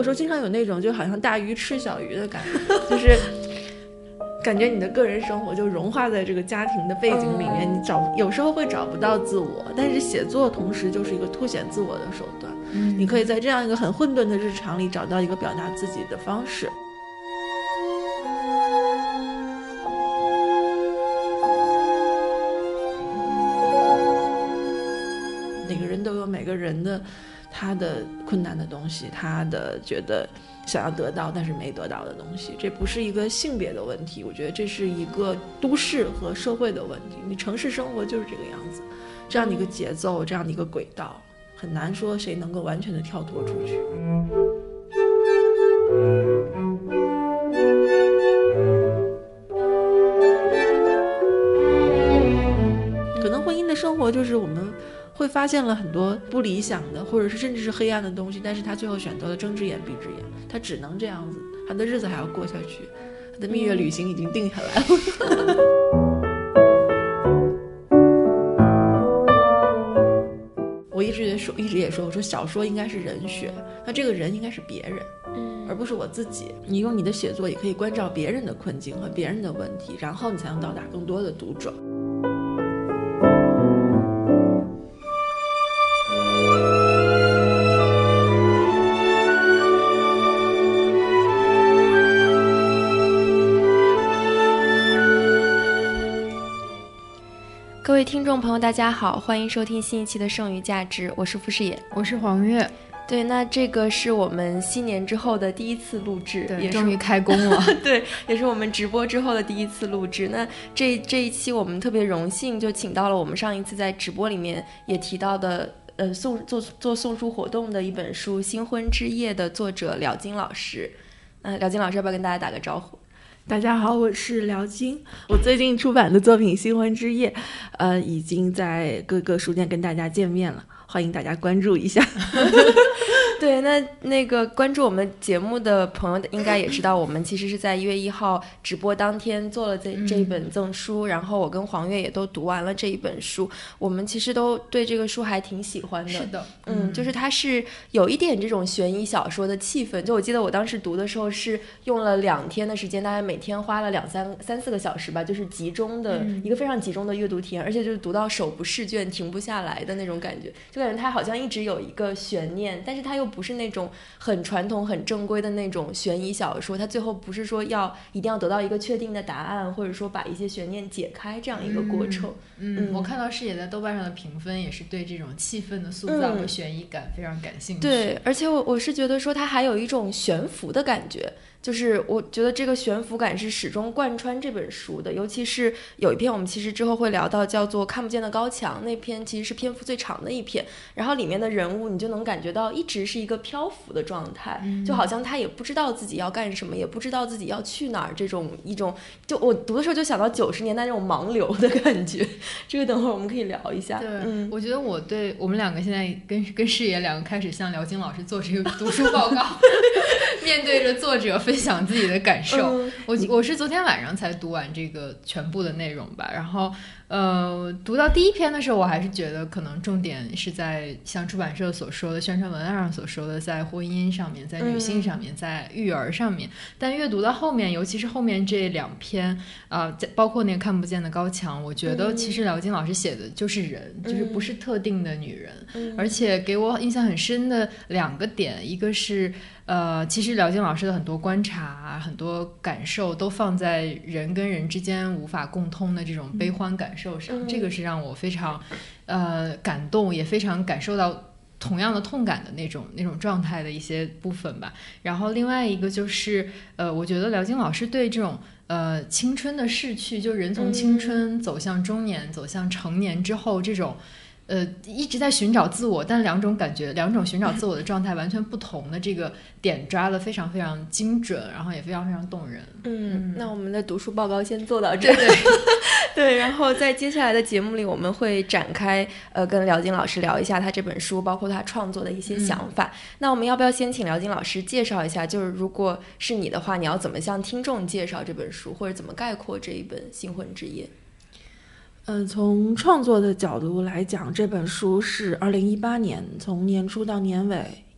有时候经常有那种就好像大鱼吃小鱼的感觉，就是感觉你的个人生活就融化在这个家庭的背景里面，你有时候会找不到自我，但是写作同时就是一个凸显自我的手段，你可以在这样一个很混沌的日常里找到一个表达自己的方式。每个人都有每个人的他的困难的东西，他的觉得想要得到但是没得到的东西，这不是一个性别的问题，我觉得这是一个都市和社会的问题。你城市生活就是这个样子，这样的一个节奏，这样的一个轨道，很难说谁能够完全的跳脱出去。可能婚姻的生活就是我们会发现了很多不理想的，或者是甚至是黑暗的东西，但是他最后选择了睁只眼闭只眼，他只能这样子，他的日子还要过下去，他的蜜月旅行已经定下来了。我一直也说，我说小说应该是人学，那这个人应该是别人，而不是我自己。你用你的写作也可以关照别人的困境和别人的问题，然后你才能到达更多的读者。 各位听众朋友大家好，欢迎收听新一期的剩余价值，我是傅诗野， 我是黄月。 对，那这个是我们新年之后的第一次录制， 对，终于开工了。 对，也是我们直播之后的第一次录制。那这一期我们特别荣幸就请到了我们上一次在直播里面也提到的做送书活动的一本书《新婚之夜》的作者廖晶老师。廖晶老师要不要跟大家打个招呼？ 大家好，我是廖晶。我最近出版的作品《新婚之夜》已经在各个书店跟大家见面了，欢迎大家关注一下。 对，那个关注我们节目的朋友应该也知道，我们其实是在1月1号直播当天做了这一本赠书，然后我跟黄月也都读完了这一本书，我们其实都对这个书还挺喜欢的。 是的， 就是它是有一点这种悬疑小说的气氛，就我记得我当时读的时候是用了2天的时间，大概每天花了3、4个小时吧，就是集中的一个非常集中的阅读体验，而且就是读到手不释卷停不下来的那种感觉，就感觉它好像一直有一个悬念，但是它又不是那种很传统很正规的那种悬疑小说，它最后不是说一定要得到一个确定的答案，或者说把一些悬念解开这样一个过程。 我看到诗野在豆瓣上的评分也是对这种气氛的塑造和悬疑感非常感兴趣。 对，而且我是觉得说它还有一种悬浮的感觉，就是我觉得这个悬浮感是始终贯穿这本书的，尤其是有一篇我们其实之后会聊到叫做《看不见的高墙》，那篇其实是篇幅最长的一篇，然后里面的人物你就能感觉到一直是一个漂浮的状态，就好像他也不知道自己要干什么，也不知道自己要去哪儿，这种一种就我读的时候就想到90年代那种盲流的感觉，这个等会儿我们可以聊一下。 对，我觉得我们两个现在跟诗野两个开始向廖晶老师做这个读书报告面对着作者分享自己的感受。我是昨天晚上才读完这个全部的内容吧，然后读到第一篇的时候，我还是觉得可能重点是在像出版社所说的宣传文案上所说的，在婚姻上面，在女性上面，在育儿上面。但阅读到后面，尤其是后面这2篇包括那个看不见的高墙，我觉得其实廖晶老师写的就是人，就是不是特定的女人。而且给我印象很深的2个点，一个是其实廖晶老师的很多观察很多感受都放在人跟人之间无法共通的这种悲欢感受上，这个是让我非常感动，也非常感受到同样的痛感的那种状态的一些部分吧。然后另外一个就是我觉得廖晶老师对这种青春的逝去，就人从青春走向中年走向成年之后这种一直在寻找自我，但两种寻找自我的状态完全不同的这个点抓得非常非常精准，然后也非常非常动人。 那我们的读书报告先做到这里。对，然后在接下来的节目里我们会展开跟廖晶老师聊一下他这本书包括他创作的一些想法。那我们要不要先请廖晶老师介绍一下，就是如果是你的话，你要怎么向听众介绍这本书，或者怎么概括这一本《新婚之夜》？ 从创作的角度来讲，这本书是2018年从年初到年尾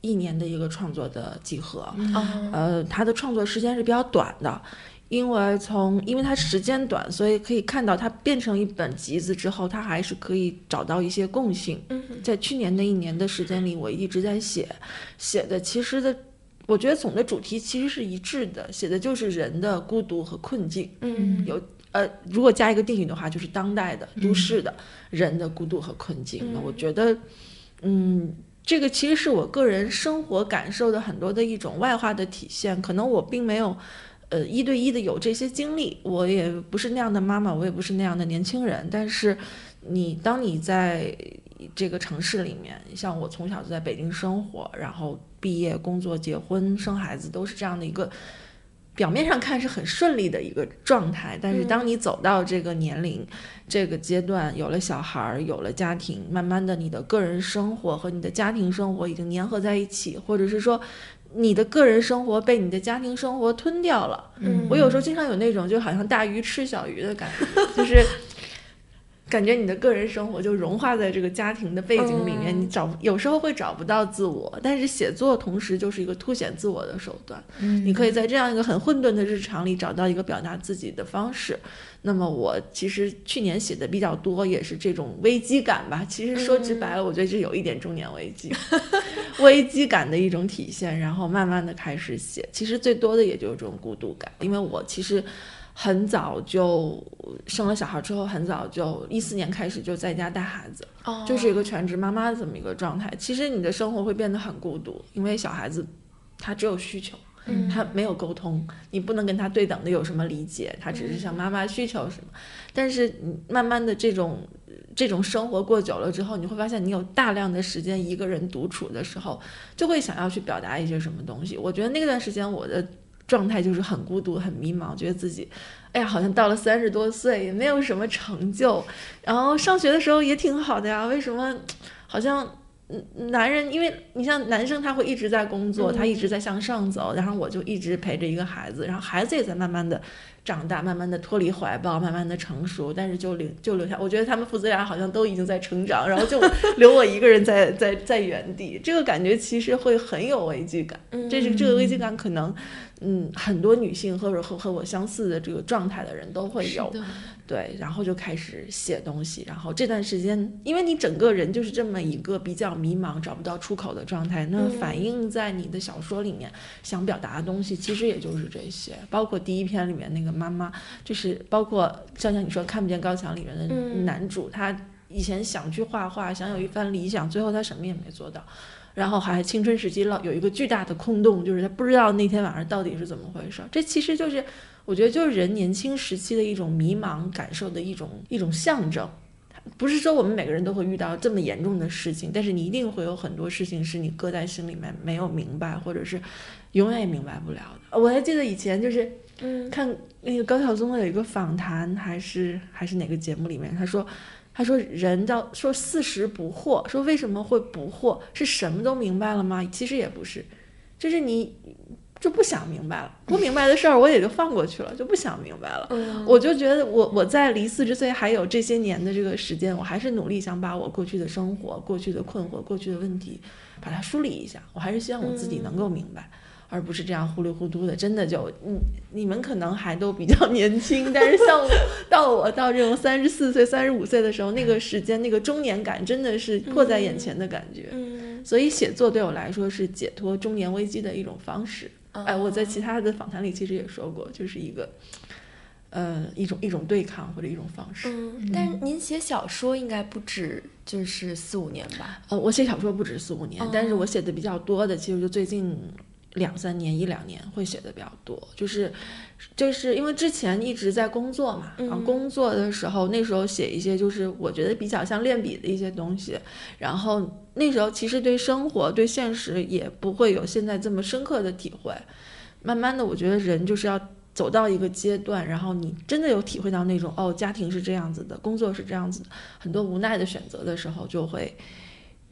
1年的一个创作的集合，它的创作时间是比较短的。因为它时间短，所以可以看到它变成一本集子之后，它还是可以找到一些共性。在去年的1年的时间里，我一直在写的，其实我觉得总的主题其实是一致的，写的就是人的孤独和困境。如果加一个定语的话，就是当代的都市的人的孤独和困境。我觉得，这个其实是我个人生活感受的很多的一种外化的体现。可能我并没有1对1的有这些经历，我也不是那样的妈妈，我也不是那样的年轻人。但是当你在这个城市里面，像我从小就在北京生活，然后毕业、工作、结婚、生孩子，都是这样的一个表面上看是很顺利的一个状态。但是当你走到这个年龄、这个阶段，有了小孩，有了家庭，慢慢的你的个人生活和你的家庭生活已经粘合在一起，或者是说你的个人生活被你的家庭生活吞掉了。我有时候经常有那种就好像大鱼吃小鱼的感觉，就是感觉你的个人生活就融化在这个家庭的背景里面，你有时候会找不到自我，但是写作同时就是一个凸显自我的手段。你可以在这样一个很混沌的日常里找到一个表达自己的方式。那么我其实去年写的比较多，也是这种危机感吧。其实说直白了，我觉得这有一点中年危机危机感的一种体现，然后慢慢的开始写。其实最多的也就是这种孤独感，因为我其实很早就生了小孩之后，很早就14年开始就在家带孩子，就是一个全职妈妈的这么一个状态。其实你的生活会变得很孤独，因为小孩子他只有需求，他没有沟通，你不能跟他对等的有什么理解，他只是像妈妈需求什么。但是慢慢的这种生活过久了之后，你会发现你有大量的时间一个人独处的时候，就会想要去表达一些什么东西。我觉得那段时间我的状态就是很孤独很迷茫，觉得自己好像到了30多岁也没有什么成就，然后上学的时候也挺好的呀，为什么好像男人，因为你像男生他会一直在工作，他一直在向上走，然后我就一直陪着一个孩子，然后孩子也在慢慢的长大，慢慢的脱离怀抱，慢慢的成熟，但是就留下，我觉得他们父子俩好像都已经在成长，然后就留我一个人在原地，这个感觉其实会很有危机感。这个危机感可能很多女性或者和我相似的这个状态的人都会有。对，然后就开始写东西，然后这段时间因为你整个人就是这么一个比较迷茫找不到出口的状态，那反映在你的小说里面想表达的东西其实也就是这些，包括第1篇里面那个妈妈，就是包括像你说看不见高墙里面的男主，他以前想去画画，想有一番理想，最后他什么也没做到，然后还青春时期有一个巨大的空洞，就是他不知道那天晚上到底是怎么回事。这其实就是我觉得就是人年轻时期的一种迷茫感受的一种象征。不是说我们每个人都会遇到这么严重的事情，但是你一定会有很多事情是你搁在心里面没有明白，或者是永远也明白不了的。我还记得以前就是看那个高晓松有一个访谈，还是哪个节目里面，他说人到说40不惑，说为什么会不惑，是什么都明白了吗？其实也不是，就是你就不想明白了，不明白的事儿我也就放过去了，就不想明白了。我就觉得我在离40岁还有这些年的这个时间，我还是努力想把我过去的生活、过去的困惑、过去的问题把它梳理一下，我还是希望我自己能够明白，而不是这样糊里糊涂的。真的就你们可能还都比较年轻，但是像我到这种34岁、35岁的时候，那个时间那个中年感真的是迫在眼前的感觉。所以写作对我来说是解脱中年危机的一种方式。我在其他的访谈里其实也说过，就是一个一种对抗或者一种方式。 但是您写小说应该不止就是4-5年吧？ 我写小说不止4-5年，但是我写的比较多的其实就最近2-3年、1-2年会写的比较多，就是因为之前一直在工作嘛，然后工作的时候那时候写一些就是我觉得比较像练笔的一些东西，然后那时候其实对生活对现实也不会有现在这么深刻的体会。慢慢的我觉得人就是要走到一个阶段，然后你真的有体会到那种家庭是这样子的，工作是这样子的，很多无奈的选择的时候，就会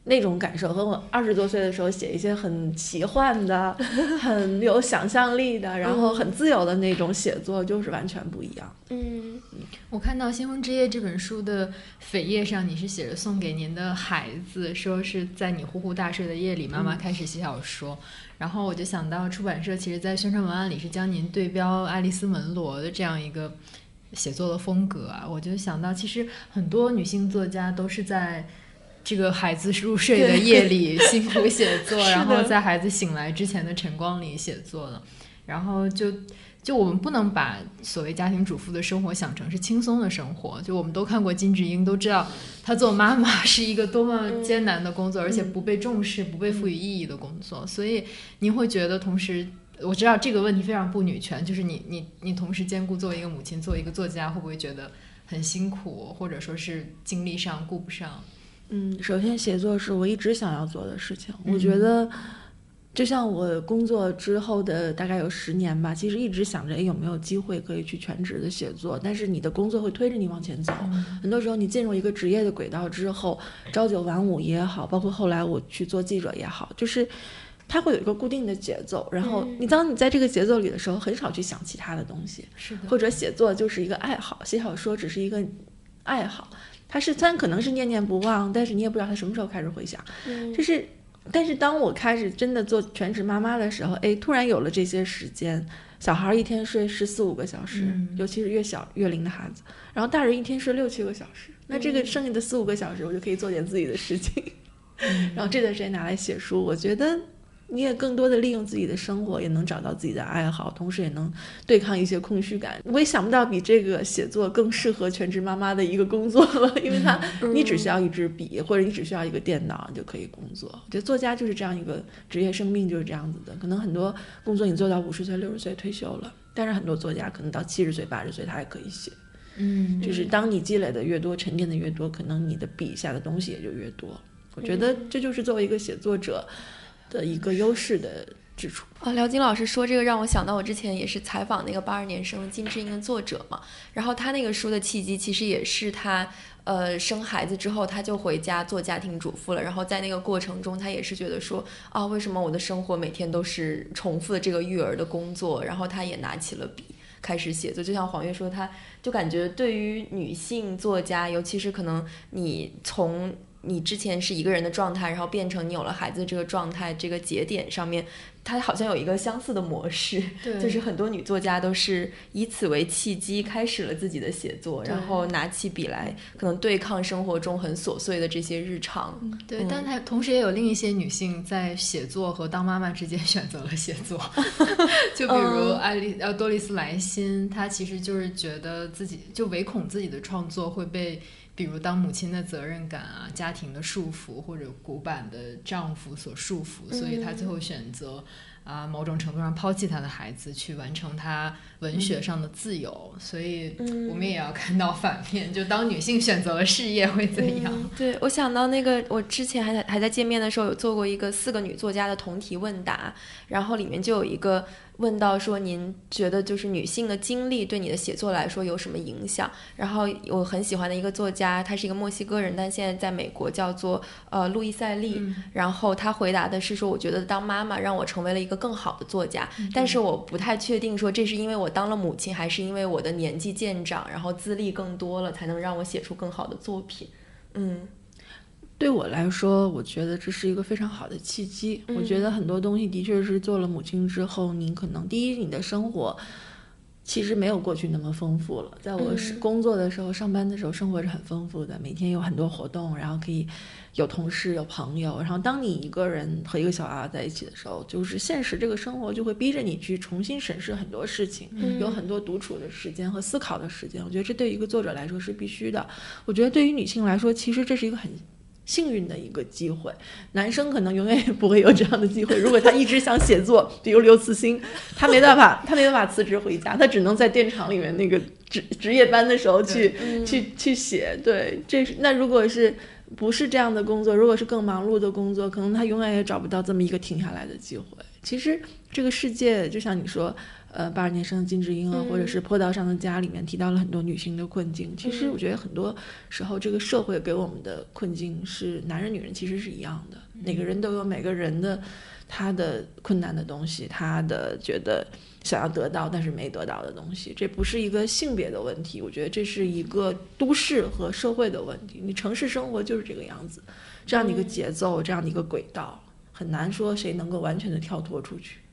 那种感受和我20多岁的时候写一些很奇幻的、很有想象力的，然后很自由的那种写作就是完全不一样。 我看到《新婚之夜》这本书的扉页上，你是写着送给您的孩子，说是在你呼呼大睡的夜里，妈妈开始写小说。然后我就想到出版社其实在宣传文案里是将您对标爱丽丝门罗的这样一个写作的风格啊，我就想到其实很多女性作家都是在这个孩子入睡的夜里辛苦写作然后在孩子醒来之前的晨光里写作的。然后就我们不能把所谓家庭主妇的生活想成是轻松的生活，就我们都看过金智英，都知道她做妈妈是一个多么艰难的工作，而且不被重视不被赋予意义的工作。所以您会觉得同时，我知道这个问题非常不女权，就是你同时兼顾作为一个母亲作为一个作家，会不会觉得很辛苦，或者说是精力上顾不上？ 首先写作是我一直想要做的事情。我觉得就像我工作之后的大概有10年吧，其实一直想着有没有机会可以去全职的写作，但是你的工作会推着你往前走。很多时候你进入一个职业的轨道之后，朝九晚五也好，包括后来我去做记者也好，就是它会有一个固定的节奏，然后当你在这个节奏里的时候，很少去想其他的东西。 是的， 或者写作就是一个爱好，写小说只是一个爱好，它是虽然可能是念念不忘，但是你也不知道它什么时候开始回想。但是当我开始真的做全职妈妈的时候，突然有了这些时间，小孩一天睡14-15个小时，尤其是越小越龄的孩子，然后大人一天睡6-7个小时，那这个剩下的4-5个小时我就可以做点自己的事情，然后这段时间拿来写书。我觉得你也更多的利用自己的生活，也能找到自己的爱好，同时也能对抗一些空虚感。我也想不到比这个写作更适合全职妈妈的一个工作了，因为你只需要一支笔，或者你只需要一个电脑就可以工作。我觉得作家就是这样一个职业，生命就是这样子的。可能很多工作你做到50岁60岁退休了，但是很多作家可能到70岁80岁他还可以写。就是当你积累的越多，沉淀的越多，可能你的笔下的东西也就越多。我觉得这就是作为一个写作者的一个优势的之处。 廖金老师说这个让我想到我之前也是采访那个82年生的金智英的作者嘛，然后他那个书的契机其实也是他生孩子之后他就回家做家庭主妇了，然后在那个过程中他也是觉得说为什么我的生活每天都是重复的这个育儿的工作，然后他也拿起了笔开始写作。就像黄月说，他就感觉对于女性作家，尤其是可能你从你之前是一个人的状态，然后变成你有了孩子这个状态，这个节点上面它好像有一个相似的模式，就是很多女作家都是以此为契机开始了自己的写作，然后拿起笔来可能对抗生活中很琐碎的这些日常。 对，但它同时也有另一些女性在写作和当妈妈之间选择了写作就比如多丽丝莱辛，她其实就是觉得自己就唯恐自己的创作会被比如当母亲的责任感啊、家庭的束缚或者古板的丈夫所束缚，所以她最后选择某种程度上抛弃她的孩子，去完成她文学上的自由。所以我们也要看到反面，就当女性选择了事业会怎样。 对，我想到那个我之前还在见面的时候有做过一个4个女作家的同题问答，然后里面就有一个问到说您觉得就是女性的经历对你的写作来说有什么影响，然后我很喜欢的一个作家，他是一个墨西哥人，但现在在美国，叫做路易塞利，然后他回答的是说，我觉得当妈妈让我成为了一个更好的作家，但是我不太确定说这是因为我当了母亲，还是因为我的年纪渐长，然后资历更多了，才能让我写出更好的作品。 对我来说，我觉得这是一个非常好的契机。我觉得很多东西的确是做了母亲之后，你可能第一，你的生活其实没有过去那么丰富了。在我工作的时候、上班的时候，生活是很丰富的，每天有很多活动，然后可以有同事、有朋友。然后当你一个人和一个小娃娃在一起的时候，就是现实这个生活就会逼着你去重新审视很多事情，有很多独处的时间和思考的时间。我觉得这对于一个作者来说是必须的。我觉得对于女性来说，其实这是一个很幸运的一个机会，男生可能永远也不会有这样的机会。如果他一直想写作，比如刘慈欣，他没办法辞职回家，他只能在电厂里面那个值夜班的时候去写。对，那如果是不是这样的工作，如果是更忙碌的工作，可能他永远也找不到这么一个停下来的机会。其实这个世界就像你说， 82年生的金智英啊，或者是坡道上的家里面提到了很多女性的困境。其实我觉得很多时候这个社会给我们的困境是男人女人其实是一样的，每个人都有每个人的他的困难的东西，他的觉得想要得到但是没得到的东西。这不是一个性别的问题，我觉得这是一个都市和社会的问题。你城市生活就是这个样子，这样的一个节奏，这样的一个轨道，很难说谁能够完全的跳脱出去。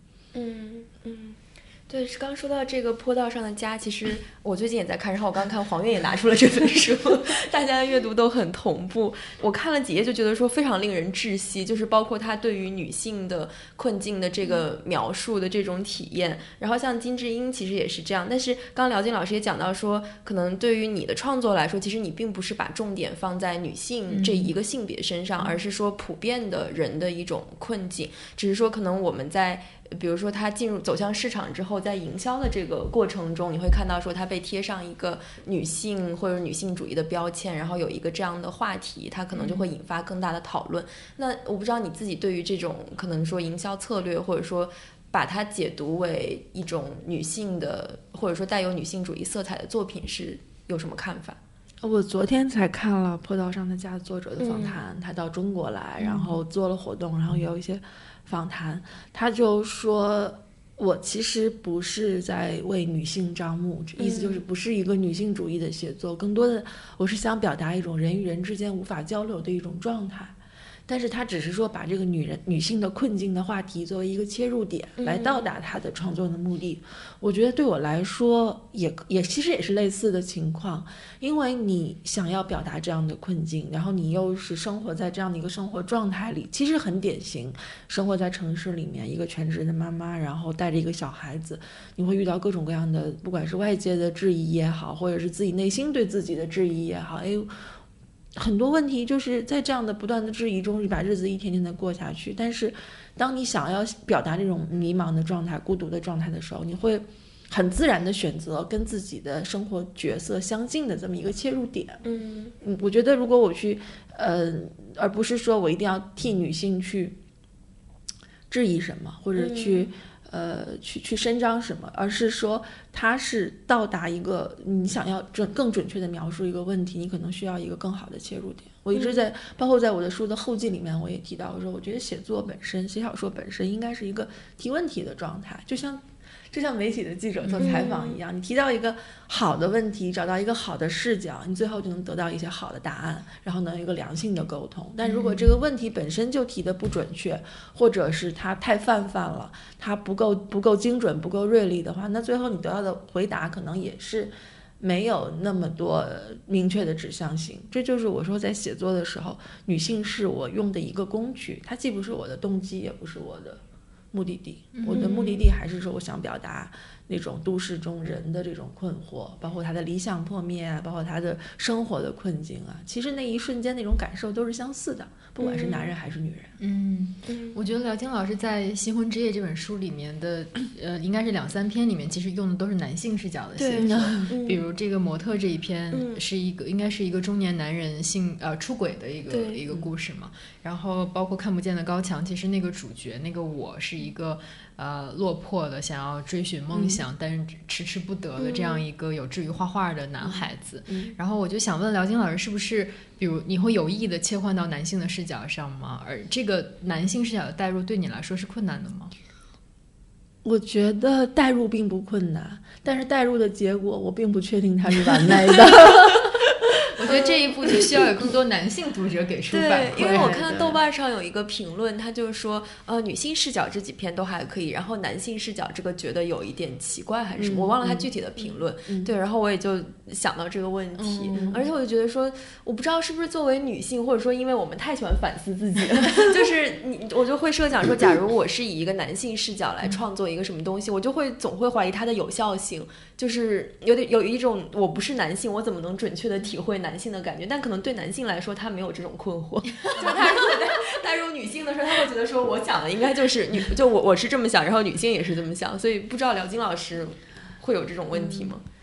对，刚说到这个坡道上的家，其实我最近也在看，然后我刚看黄月也拿出了这本书，大家的阅读都很同步。我看了几页就觉得说非常令人窒息，就是包括他对于女性的困境的这个描述的这种体验。然后像金智英其实也是这样，但是刚刚辽金老师也讲到说，可能对于你的创作来说，其实你并不是把重点放在女性这一个性别身上，而是说普遍的人的一种困境，只是说可能我们在比如说他走向市场之后，在营销的这个过程中，你会看到说他被贴上一个女性或者女性主义的标签，然后有一个这样的话题，它可能就会引发更大的讨论。那我不知道你自己对于这种可能说营销策略，或者说把它解读为一种女性的或者说带有女性主义色彩的作品是有什么看法？ 我昨天才看了坡道上的家作者的访谈，他到中国来，然后做了活动，然后也有一些访谈，他就说我其实不是在为女性张目，意思就是不是一个女性主义的写作，更多的我是想表达一种人与人之间无法交流的一种状态。但是他只是说把这个女性的困境的话题作为一个切入点来到达他的创作的目的。我觉得对我来说也其实也是类似的情况，因为你想要表达这样的困境，然后你又是生活在这样的一个生活状态里，其实很典型，生活在城市里面，一个全职的妈妈，然后带着一个小孩子，你会遇到各种各样的，不管是外界的质疑也好，或者是自己内心对自己的质疑也好，很多问题就是在这样的不断的质疑中，把日子一天天的过下去。但是当你想要表达这种迷茫的状态、孤独的状态的时候，你会很自然的选择跟自己的生活角色相近的这么一个切入点。我觉得如果我去而不是说我一定要替女性去质疑什么，或者去去伸张什么，而是说它是到达一个你想要更准确的描述一个问题，你可能需要一个更好的切入点。我一直在包括在我的书的后记里面我也提到说，我觉得写作本身，写小说本身应该是一个提问题的状态，就像媒体的记者做采访一样，你提到一个好的问题，找到一个好的视角，你最后就能得到一些好的答案，然后能有一个良性的沟通。但如果这个问题本身就提得不准确，或者是它太泛了，它不够精准，不够锐利的话，那最后你得到的回答可能也是没有那么多明确的指向性。这就是我说在写作的时候，女性是我用的一个工具，它既不是我的动机，也不是我的目的地。我的目的地还是说我想表达那种都市中人的这种困惑，包括他的理想破灭啊，包括他的生活的困境啊，其实那一瞬间那种感受都是相似的，不管是男人还是女人。 我觉得辽金老师在《新婚之夜》这本书里面的应该是2-3篇里面，其实用的都是男性视角的写作。比如这个模特这一篇是应该是一个中年男人出轨的一个故事嘛。然后包括看不见的高墙，其实那个主角那个我是一个落魄的想要追寻梦想但是迟迟不得的这样一个有志于画画的男孩子。然后我就想问辽金老师，是不是比如你会有意的切换到男性的视角上吗？而这个男性视角的代入对你来说是困难的吗？ 我觉得代入并不困难，但是代入的结果我并不确定它是完美的。 我觉得这一步就需要有更多男性读者给出反馈。 对，因为我看豆瓣上有一个评论，他就说女性视角这几篇都还可以，然后男性视角这个觉得有一点奇怪还是什么，我忘了他具体的评论。对，然后我也就想到这个问题，而且我就觉得说，我不知道是不是作为女性，或者说因为我们太喜欢反思自己了，就是我就会设想说，假如我是以一个男性视角来创作一个什么东西，我就总会怀疑它的有效性，就是有一种我不是男性，我怎么能准确的体会男性的感觉？但可能对男性来说，他没有这种困惑。就他如果带入女性的时候，他会觉得说，我想的应该就是我是这么想，然后女性也是这么想，所以不知道辽金老师会有这种问题吗？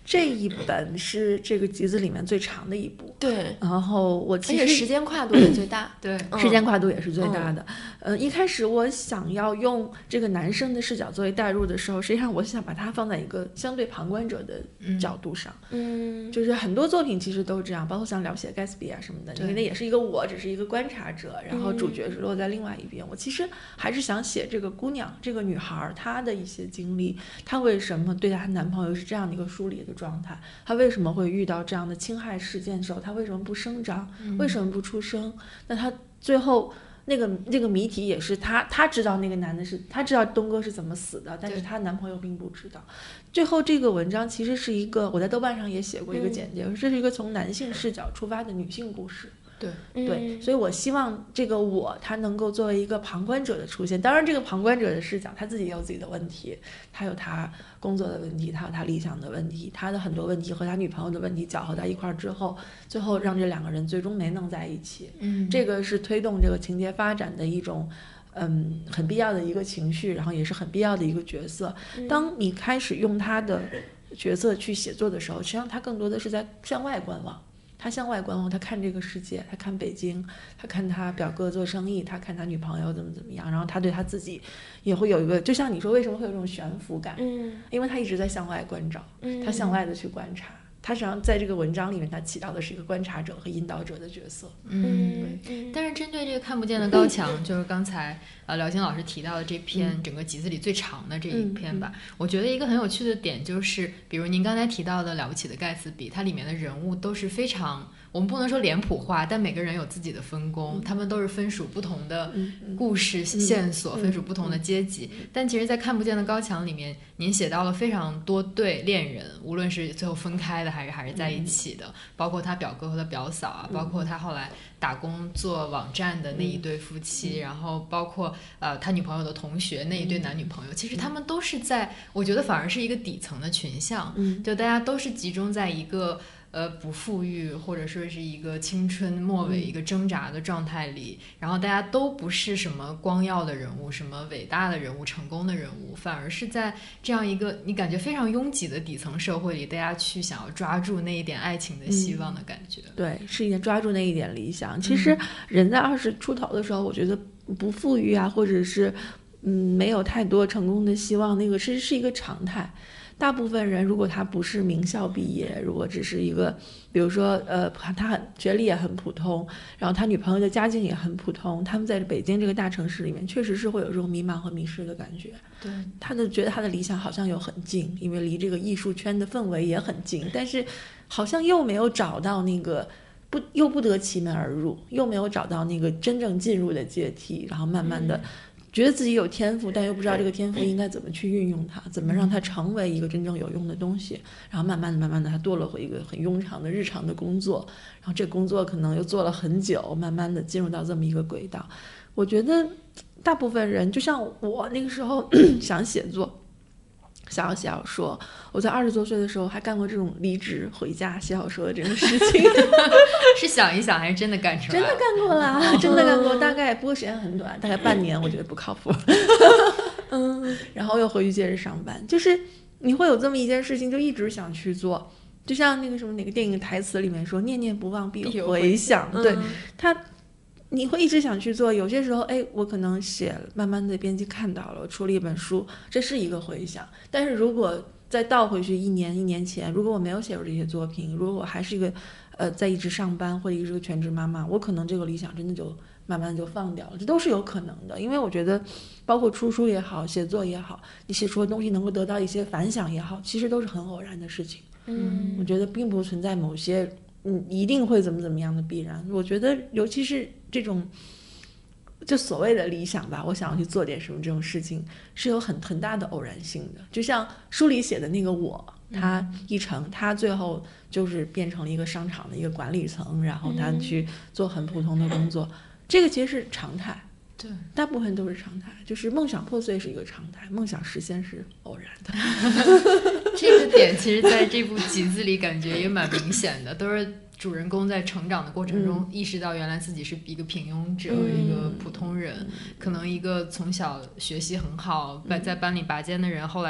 这一本是这个集子里面最长的一部， 对， 然后我其实而且时间跨度也最大， 对， 时间跨度也是最大的。一开始我想要用这个男生的视角作为代入的时候，实际上我想把它放在一个相对旁观者的角度上。就是很多作品其实都是这样，包括像描写盖茨比啊什么的，因为那也是一个我只是一个观察者，然后主角是落在另外一边。我其实还是想写这个姑娘，这个女孩她的一些经历，她为什么对她男朋友是这样的一个疏离的状态，她为什么会遇到这样的侵害事件的时候，她为什么不声张，为什么不出声？那她最后那个谜题也是她知道那个男的是，她知道东哥是怎么死的，但是她男朋友并不知道。最后这个文章其实是一个，我在豆瓣上也写过一个简介，这是一个从男性视角出发的女性故事。对，所以我希望这个他能够作为一个旁观者的出现。当然这个旁观者的视角他自己也有自己的问题，他有他工作的问题，他有他理想的问题，他的很多问题和他女朋友的问题搅和在一块儿之后，最后让这两个人最终没能在一起。这个是推动这个情节发展的一种很必要的一个情绪，然后也是很必要的一个角色。当你开始用他的角色去写作的时候，实际上他更多的是在向外观望。他向外观望，他看这个世界，他看北京，他看他表哥做生意，他看他女朋友怎么样，然后他对他自己也会有一个，就像你说为什么会有这种悬浮感，因为他一直在向外关照，他向外的去观察，他实际上在这个文章里面他起到的是一个观察者和引导者的角色。 但是针对这个看不见的高墙，就是刚才廖晶老师提到的这篇整个集子里最长的这一篇吧，我觉得一个很有趣的点就是，比如您刚才提到的了不起的盖茨比，它里面的人物都是非常，我们不能说脸谱化，但每个人有自己的分工，他们都是分属不同的故事线索，分属不同的阶级。但其实在看不见的高墙里面，您写到了非常多对恋人，无论是最后分开的还是在一起的，包括他表哥和他表嫂啊，包括他后来打工做网站的那一对夫妻，然后包括他女朋友的同学那一对男女朋友，其实他们都是在，我觉得反而是一个底层的群像，就大家都是集中在一个不富裕或者说是一个青春末尾一个挣扎的状态里，然后大家都不是什么光耀的人物，什么伟大的人物，成功的人物，反而是在这样一个你感觉非常拥挤的底层社会里，大家去想要抓住那一点爱情的希望的感觉。 对，是一点抓住那一点理想。其实人在20出头的时候，我觉得不富裕啊，或者是没有太多成功的希望，那个是一个常态。大部分人如果他不是名校毕业，如果只是一个比如说他学历也很普通，然后他女朋友的家境也很普通，他们在北京这个大城市里面确实是会有这种迷茫和迷失的感觉。 对， 觉得他的理想好像又很近，因为离这个艺术圈的氛围也很近，但是好像又没有找到那个又不得其门而入，又没有找到那个真正进入的阶梯，然后慢慢的觉得自己有天赋，但又不知道这个天赋应该怎么去运用它，怎么让它成为一个真正有用的东西，然后慢慢的它堕落回一个很庸常的日常的工作，然后这工作可能又做了很久，慢慢的进入到这么一个轨道。我觉得大部分人就像我那个时候想写作，想要写小说，我在20多岁的时候还干过这种离职回家写小说的这种事情。 是想一想还是真的干出来？ 真的干过啦，真的干过，大概不过时间很短，大概半年，我觉得不靠谱。然后又回去接着上班，就是你会有这么一件事情，就一直想去做，就像那个什么哪个电影台词里面说，念念不忘必有回响。对，你会一直想去做，有些时候我可能写了，慢慢的编辑看到了，我出了一本书，这是一个回响。但是如果再倒回去一年前，如果我没有写过这些作品，如果我还是一个在一直上班或者一直个全职妈妈，我可能这个理想真的就慢慢就放掉了，这都是有可能的。因为我觉得包括出书也好，写作也好，你写出的东西能够得到一些反响也好，其实都是很偶然的事情。我觉得并不存在某些一定会怎么样的必然。我觉得尤其是这种就所谓的理想吧，我想要去做点什么，这种事情是有很大的偶然性的。就像书里写的那个他一成，他最后就是变成了一个商场的一个管理层，然后他去做很普通的工作，这个其实是常态。 对， 大部分都是常态，就是梦想破碎是一个常态，梦想实现是偶然的。 这个点其实在这部集子里感觉也蛮明显的，都是主人公在成长的过程中意识到原来自己是一个平庸者，一个普通人，可能一个从小学习很好在班里拔尖的人，后来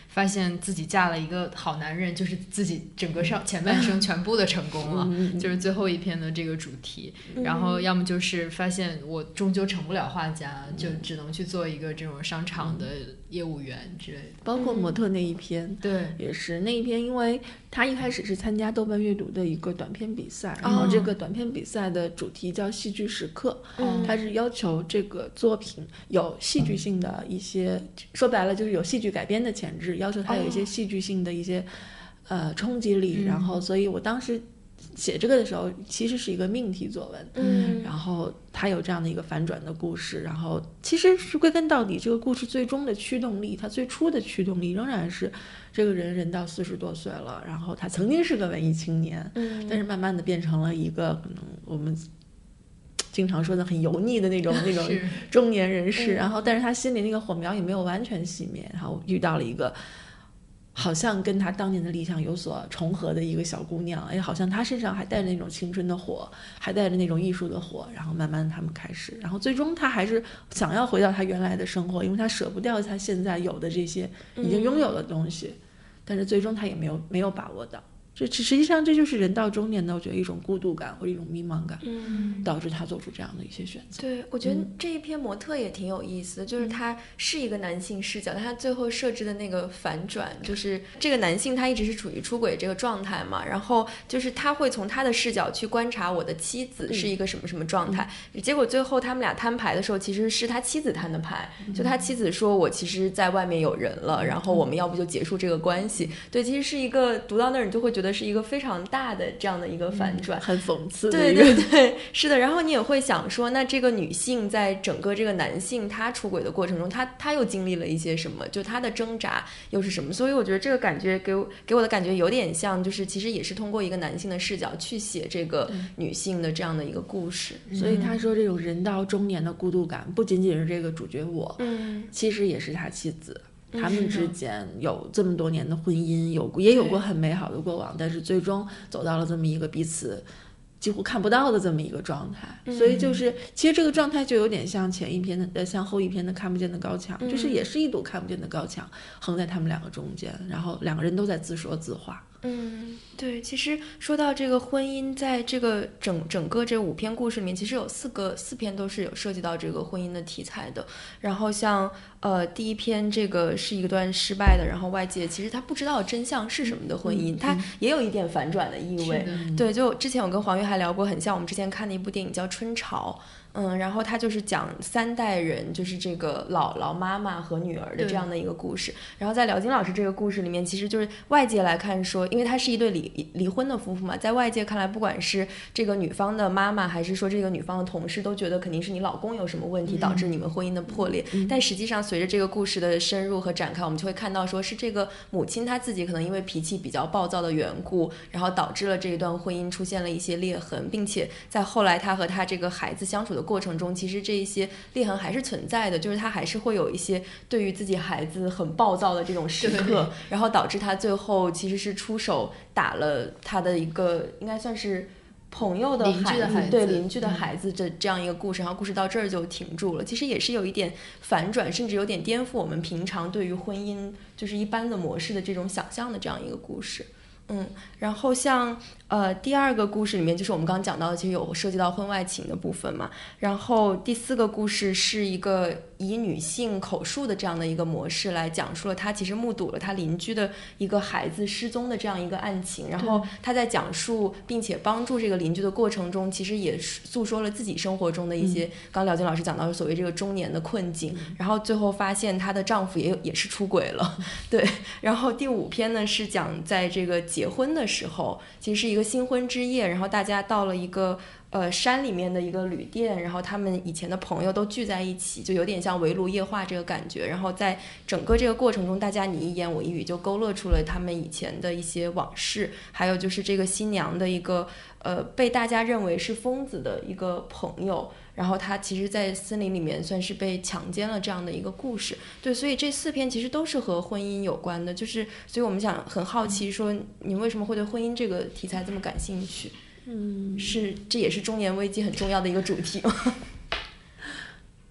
发现自己嫁了一个好男人，就是自己整个前半生全部的成功了，就是最后一篇的这个主题。然后要么就是发现我终究成不了画家，就只能去做一个这种商场的业务员之类的。 包括模特那一篇， 对， 也是那一篇，因为他一开始是参加豆瓣阅读的一个短篇比赛，然后这个短篇比赛的主题叫戏剧时刻，它是要求这个作品有戏剧性的一些，说白了就是有戏剧改编的潜质，要求它有一些戏剧性的一些冲击力，然后所以我当时写这个的时候其实是一个命题作文，然后它有这样的一个反转的故事，然后其实是归根到底这个故事最终的驱动力，它最初的驱动力仍然是这个人到40多岁了，然后他曾经是个文艺青年，但是慢慢的变成了一个可能我们经常说的很油腻的那种中年人士，然后但是他心里那个火苗也没有完全熄灭，然后遇到了一个好像跟他当年的理想有所重合的一个小姑娘，好像她身上还带着那种青春的火，还带着那种艺术的火，然后慢慢他们开始，然后最终他还是想要回到他原来的生活，因为他舍不掉他现在有的这些已经拥有的东西，但是最终他也没有把握到。这实际上这就是人到中年的我觉得一种孤独感或者一种迷茫感，导致他做出这样的一些选择。 对，我觉得这一篇模特也挺有意思的，就是他是一个男性视角，但他最后设置的那个反转，就是这个男性他一直是处于出轨这个状态嘛，然后就是他会从他的视角去观察我的妻子是一个什么什么状态，结果最后他们俩摊牌的时候其实是他妻子摊的牌，就他妻子说我其实在外面有人了，然后我们要不就结束这个关系。对，其实是一个读到那儿你就会觉得是一个非常大的这样的一个反转， 很讽刺的对对对，是的。然后你也会想说，那这个女性在整个这个男性他出轨的过程中，他又经历了一些什么？就他的挣扎又是什么？所以我觉得这个感觉给我的感觉有点像，就是其实也是通过一个男性的视角去写这个女性的这样的一个故事。 所以他说这种人到中年的孤独感，不仅仅是这个主角我，其实也是他妻子。他们之间有这么多年的婚姻，也有过很美好的过往，但是最终走到了这么一个彼此几乎看不到的这么一个状态，所以就是其实这个状态就有点像前一篇的像后一篇的看不见的高墙，就是也是一堵看不见的高墙横在他们两个中间，然后两个人都在自说自话。 对，其实说到这个婚姻，在这个整个这5篇故事里面，其实有4篇都是有涉及到这个婚姻的题材的。然后像第一篇这个是一段失败的，然后外界其实他不知道真相是什么的婚姻，它也有一点反转的意味。对，就之前我跟黄玉还聊过，很像我们之前看的一部电影叫《春潮》。然后他就是讲3代人，就是这个老妈妈和女儿的这样的一个故事。然后在廖金老师这个故事里面，其实就是外界来看说，因为他是一对离婚的夫妇嘛，在外界看来，不管是这个女方的妈妈，还是说这个女方的同事，都觉得肯定是你老公有什么问题导致你们婚姻的破裂。但实际上随着这个故事的深入和展开，我们就会看到说是这个母亲她自己可能因为脾气比较暴躁的缘故，然后导致了这一段婚姻出现了一些裂痕，并且在后来她和她这个孩子相处的过程中，其实这一些裂痕还是存在的，就是她还是会有一些对于自己孩子很暴躁的这种时刻，然后导致她最后其实是出手打了她的一个应该算是朋友的孩子，对邻居的孩子这样一个故事，然后故事到这儿就停住了。其实也是有一点反转，甚至有点颠覆我们平常对于婚姻就是一般的模式的这种想象的这样一个故事。然后像第2个故事里面就是我们刚刚讲到的，其实有涉及到婚外情的部分嘛。然后第4个故事是一个以女性口述的这样的一个模式来讲述了她其实目睹了她邻居的一个孩子失踪的这样一个案情，然后她在讲述并且帮助这个邻居的过程中，其实也诉说了自己生活中的一些刚廖金老师讲到的所谓这个中年的困境，然后最后发现她的丈夫也是出轨了。对，然后第5篇呢是讲在这个结婚的时候，其实是一个新婚之夜，然后大家到了一个山里面的一个旅店，然后他们以前的朋友都聚在一起，就有点像围炉夜话这个感觉，然后在整个这个过程中，大家你一言我一语就勾勒出了他们以前的一些往事，还有就是这个新娘的一个被大家认为是疯子的一个朋友，然后他其实在森林里面算是被强奸了这样的一个故事。对，所以这4篇其实都是和婚姻有关的，就是所以我们想很好奇说你为什么会对婚姻这个题材这么感兴趣？这也是中年危机很重要的一个主题。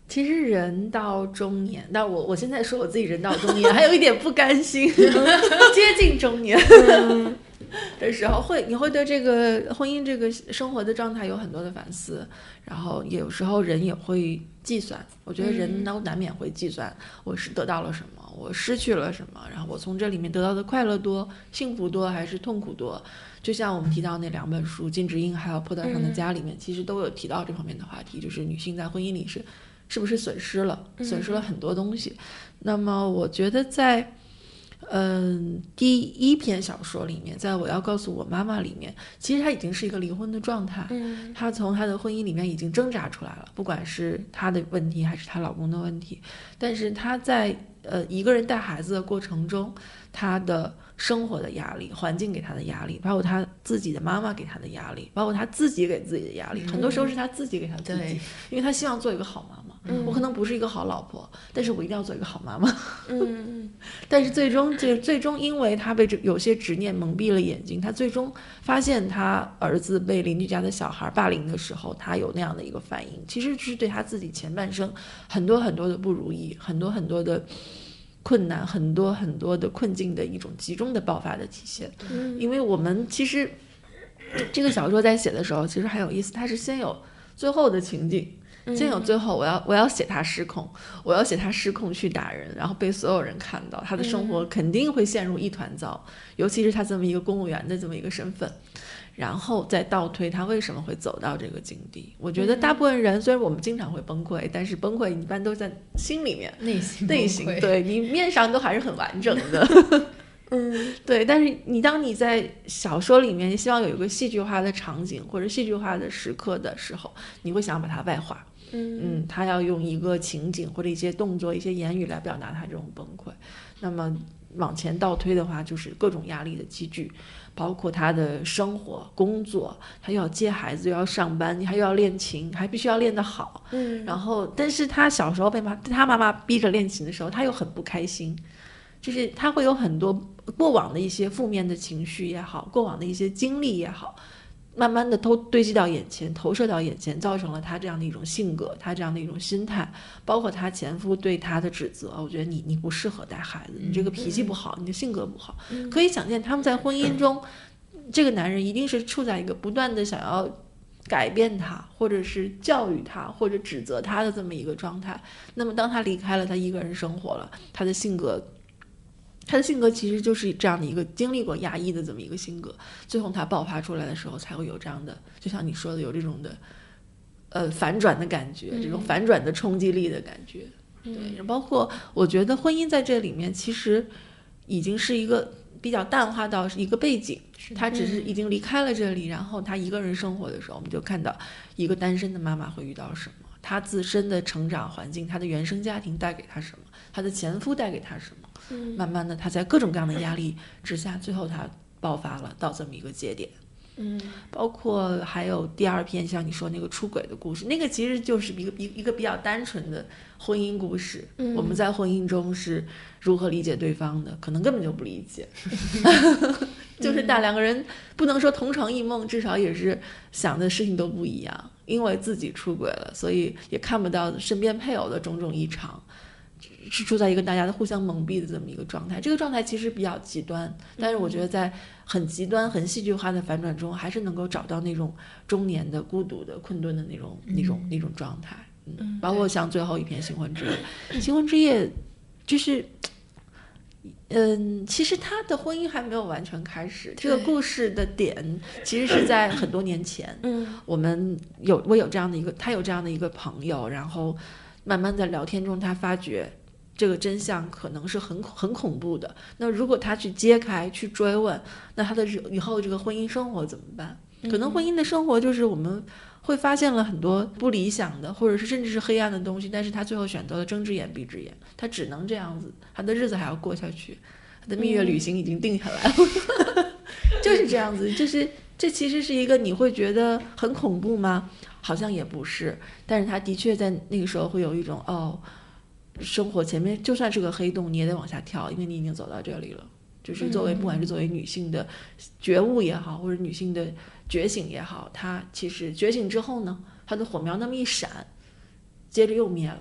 其实人到中年，但我现在说我自己人到中年，还有一点不甘心，接近中年的时候你会对这个婚姻这个生活的状态有很多的反思，然后有时候人也会计算，我觉得人都难免会计算，我是得到了什么，我失去了什么，然后我从这里面得到的快乐多、幸福多还是痛苦多。就像我们提到那2本书《金智英》还有《坡道上的家》里面，其实都有提到这方面的话题，就是女性在婚姻里是不是损失了很多东西。那么我觉得在第一篇小说里面，在我要告诉我妈妈里面，其实她已经是一个离婚的状态，她从她的婚姻里面已经挣扎出来了，不管是她的问题还是她老公的问题，但是她在一个人带孩子的过程中，她的生活的压力、环境给她的压力，包括她自己的妈妈给她的压力，包括她自己给自己的压力，很多时候是她自己给她自己，因为她希望做一个好妈妈。我可能不是一个好老婆，但是我一定要做一个好妈妈。但是最终因为她被有些执念蒙蔽了眼睛，她最终发现她儿子被邻居家的小孩霸凌的时候，她有那样的一个反应，其实是对她自己前半生很多很多的不如意，很多很多的困难，很多很多的困境的一种集中的爆发的体现。因为我们其实这个小说在写的时候其实很有意思，它是先有最后的情景，先有最后我要写他失控，我要写他失控去打人，然后被所有人看到，他的生活肯定会陷入一团糟，尤其是他这么一个公务员的这么一个身份，然后再倒推他为什么会走到这个境地。我觉得大部分人虽然我们经常会崩溃，但是崩溃一般都在心里面，内心对你面上都还是很完整的对，但是当你在小说里面希望有一个戏剧化的场景或者戏剧化的时刻的时候，你会想把它外化。他要用一个情景或者一些动作、一些言语来表达他这种崩溃。那么往前倒推的话，就是各种压力的积聚，包括他的生活、工作，他又要接孩子，又要上班，他又要练琴，还必须要练得好。然后，但是他小时候被他妈妈逼着练琴的时候，他又很不开心，就是他会有很多过往的一些负面的情绪也好，过往的一些经历也好，慢慢的堆积到眼前，投射到眼前，造成了他这样的一种性格，他这样的一种心态，包括他前夫对他的指责，我觉得你不适合带孩子，你这个脾气不好，你的性格不好。可以想见他们在婚姻中，这个男人一定是处在一个不断的想要改变他，或者是教育他，或者指责他的这么一个状态。那么当他离开了，他一个人生活了，他的性格其实就是这样的一个经历过压抑的这么一个性格，最后他爆发出来的时候才会有这样的，就像你说的有这种的反转的感觉，这种反转的冲击力的感觉。对，包括我觉得婚姻在这里面其实已经是一个比较淡化到一个背景，他只是已经离开了这里，然后他一个人生活的时候，我们就看到一个单身的妈妈会遇到什么，他自身的成长环境，他的原生家庭带给他什么，他的前夫带给他什么，慢慢的他在各种各样的压力之下，最后他爆发了到这么一个节点。包括还有第2篇像你说那个出轨的故事，那个其实就是一个比较单纯的婚姻故事。我们在婚姻中是如何理解对方的，可能根本就不理解就是2个人不能说同床异梦，至少也是想的事情都不一样，因为自己出轨了，所以也看不到身边配偶的种种异常，是处在一个大家的互相蒙蔽的这么一个状态。这个状态其实比较极端，但是我觉得在很极端很戏剧化的反转中，还是能够找到那种中年的孤独的困顿的那种状态。包括像最后一篇《新婚之夜》，《新婚之夜》就是其实他的婚姻还没有完全开始，这个故事的点其实是在很多年前。我有这样的一个，他有这样的一个朋友，然后慢慢在聊天中他发觉这个真相可能是很恐怖的，那如果他去揭开去追问，那他的以后这个婚姻生活怎么办？可能婚姻的生活就是我们会发现了很多不理想的，或者是甚至是黑暗的东西，但是他最后选择了睁只眼闭只眼，他只能这样子，他的日子还要过下去，他的蜜月旅行已经定下来了就是这样子。就是这其实是一个你会觉得很恐怖吗？好像也不是，但是他的确在那个时候会有一种生活前面就算是个黑洞，你也得往下跳，因为你已经走到这里了。就是不管是作为女性的觉悟也好，或者女性的觉醒也好，她其实觉醒之后呢，她的火苗那么一闪，接着又灭了，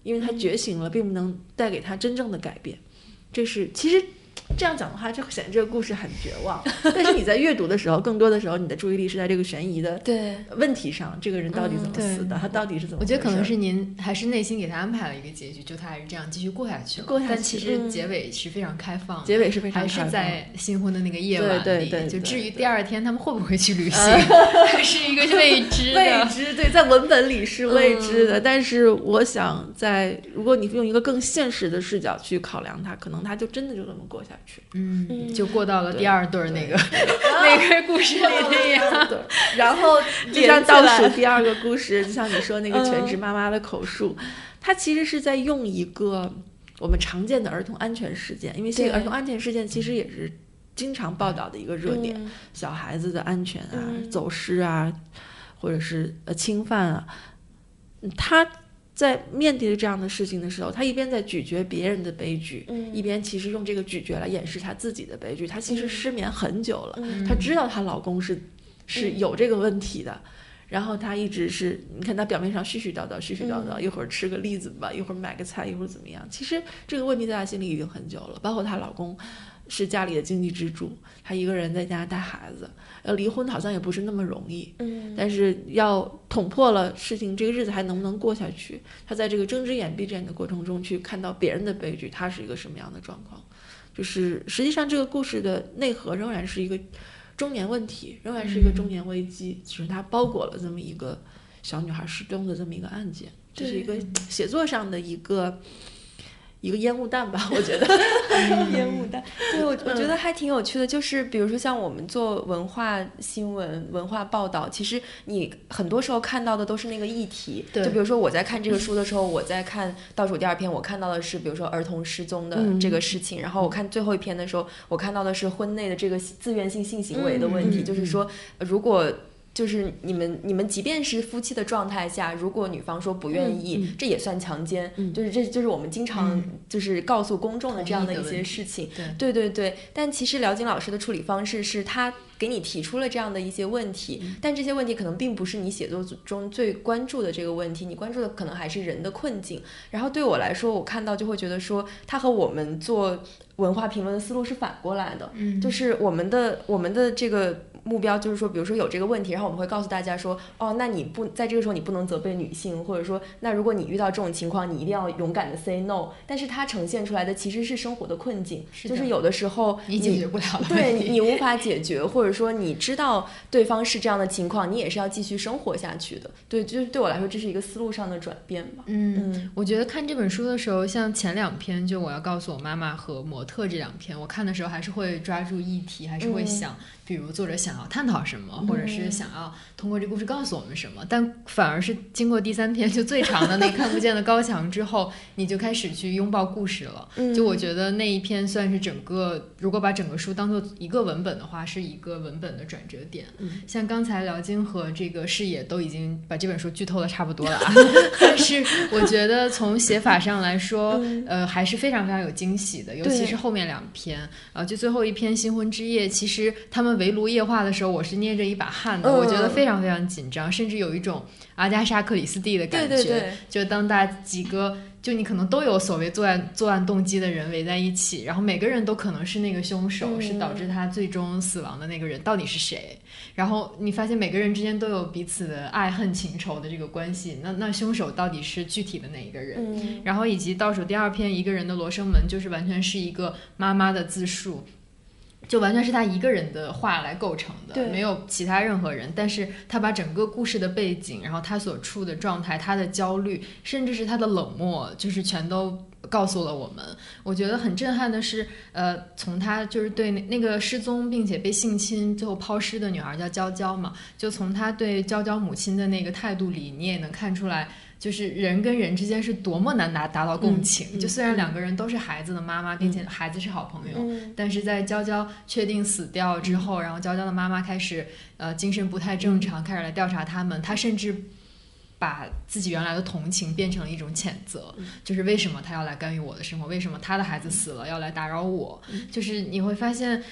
因为他觉醒了，并不能带给他真正的改变。这是其实这样讲的话，就显得这个故事很绝望。但是你在阅读的时候，更多的时候你的注意力是在这个悬疑的问题上，这个人到底怎么死的，他到底是怎么回事。 我觉得可能是您还是内心给他安排了一个结局，就他还是这样继续过下去了。但其实结尾是非常开放的， 结尾是非常开放， 还是在新婚的那个夜晚里。 对， 就至于第二天他们会不会去旅行，还是一个未知的。 未知，对，在文本里是未知的。但是我想如果你用一个更现实的视角去考量它，可能它就真的就这么过下去。 就过到了第二对那个那个故事里那样。 对，然后就像倒数第二个故事，就像你说那个全职妈妈的口述，它其实是在用一个我们常见的儿童安全事件，因为这个儿童安全事件其实也是经常报道的一个热点，小孩子的安全啊，走失啊，或者是侵犯啊，他在面对这样的事情的时候，他一边在咀嚼别人的悲剧，一边其实用这个咀嚼来掩饰他自己的悲剧。他其实失眠很久了，他知道她老公是有这个问题的，然后他一直是，你看他表面上絮絮叨叨，一会儿吃个栗子吧，一会儿买个菜，一会儿怎么样。其实这个问题在他心里已经很久了，包括她老公是家里的经济支柱，她一个人在家带孩子，离婚好像也不是那么容易，但是要捅破了事情，这个日子还能不能过下去？她在这个睁只眼闭只眼的过程中去看到别人的悲剧，她是一个什么样的状况？就是实际上这个故事的内核仍然是一个中年问题，仍然是一个中年危机，只是它包裹了这么一个小女孩失踪的这么一个案件，这是一个写作上的一个烟雾弹吧，我觉得烟雾弹。对，我觉得还挺有趣的，就是比如说像我们做文化新闻、文化报道，其实你很多时候看到的都是那个议题。就比如说我在看这个书的时候，我在看倒数第二篇，我看到的是比如说儿童失踪的这个事情，然后我看最后一篇的时候，我看到的是婚内的这个自愿性性行为的问题，就是说如果就是你们即便是夫妻的状态下，如果女方说不愿意，这也算强奸，就是这就是我们经常就是告诉公众的这样的一些事情。对。但其实辽金老师的处理方式是他给你提出了这样的一些问题，但这些问题可能并不是你写作中最关注的这个问题，你关注的可能还是人的困境。然后对我来说，我看到就会觉得说，他和我们做文化评论的思路是反过来的，就是我们的这个目标就是说，比如说有这个问题，然后我们会告诉大家说，哦，那你不在这个时候你不能责备女性，或者说，那如果你遇到这种情况，你一定要勇敢的 say no。但是它呈现出来的其实是生活的困境，就是有的时候你解决不了的， 对你无法解决，或者说你知道对方是这样的情况，你也是要继续生活下去的。对，就是对我来说，这是一个思路上的转变吧。 我觉得看这本书的时候，像前两篇，就我要告诉我妈妈和模特这两篇，我看的时候还是会抓住议题，还是会想，比如作者想要探讨什么，或者是想要通过这故事告诉我们什么。但反而是经过第三篇就最长的那看不见的高墙之后，你就开始去拥抱故事了。就我觉得那一篇算是整个，如果把整个书当做一个文本的话，是一个文本的转折点。像刚才辽金和这个视野都已经把这本书剧透的差不多了啊，但是我觉得从写法上来说，还是非常非常有惊喜的，尤其是后面两篇，就最后一篇新婚之夜，其实他们围炉夜话的时候，我是捏着一把汗的，我觉得非常非常紧张，甚至有一种阿加莎克里斯蒂的感觉。对，就当大几个，就你可能都有所谓作案动机的人围在一起，然后每个人都可能是那个凶手，是导致他最终死亡的那个人到底是谁？然后你发现每个人之间都有彼此的爱恨情仇的这个关系，那凶手到底是具体的哪一个人？然后以及倒数第二篇一个人的罗生门，就是完全是一个妈妈的自述。就完全是他一个人的话来构成的，没有其他任何人，但是他把整个故事的背景，然后他所处的状态，他的焦虑，甚至是他的冷漠，就是全都告诉了我们。我觉得很震撼的是，从他就是对那个失踪并且被性侵最后抛尸的女孩叫娇娇嘛，就从他对娇娇母亲的那个态度里，你也能看出来，就是人跟人之间是多么难达到共情。就虽然两个人都是孩子的妈妈，并且孩子是好朋友，但是在娇娇确定死掉之后，然后娇娇的妈妈开始精神不太正常，开始来调查他们，她甚至把自己原来的同情变成了一种谴责，就是为什么他要来干预我的生活，为什么他的孩子死了要来打扰我。就是你会发现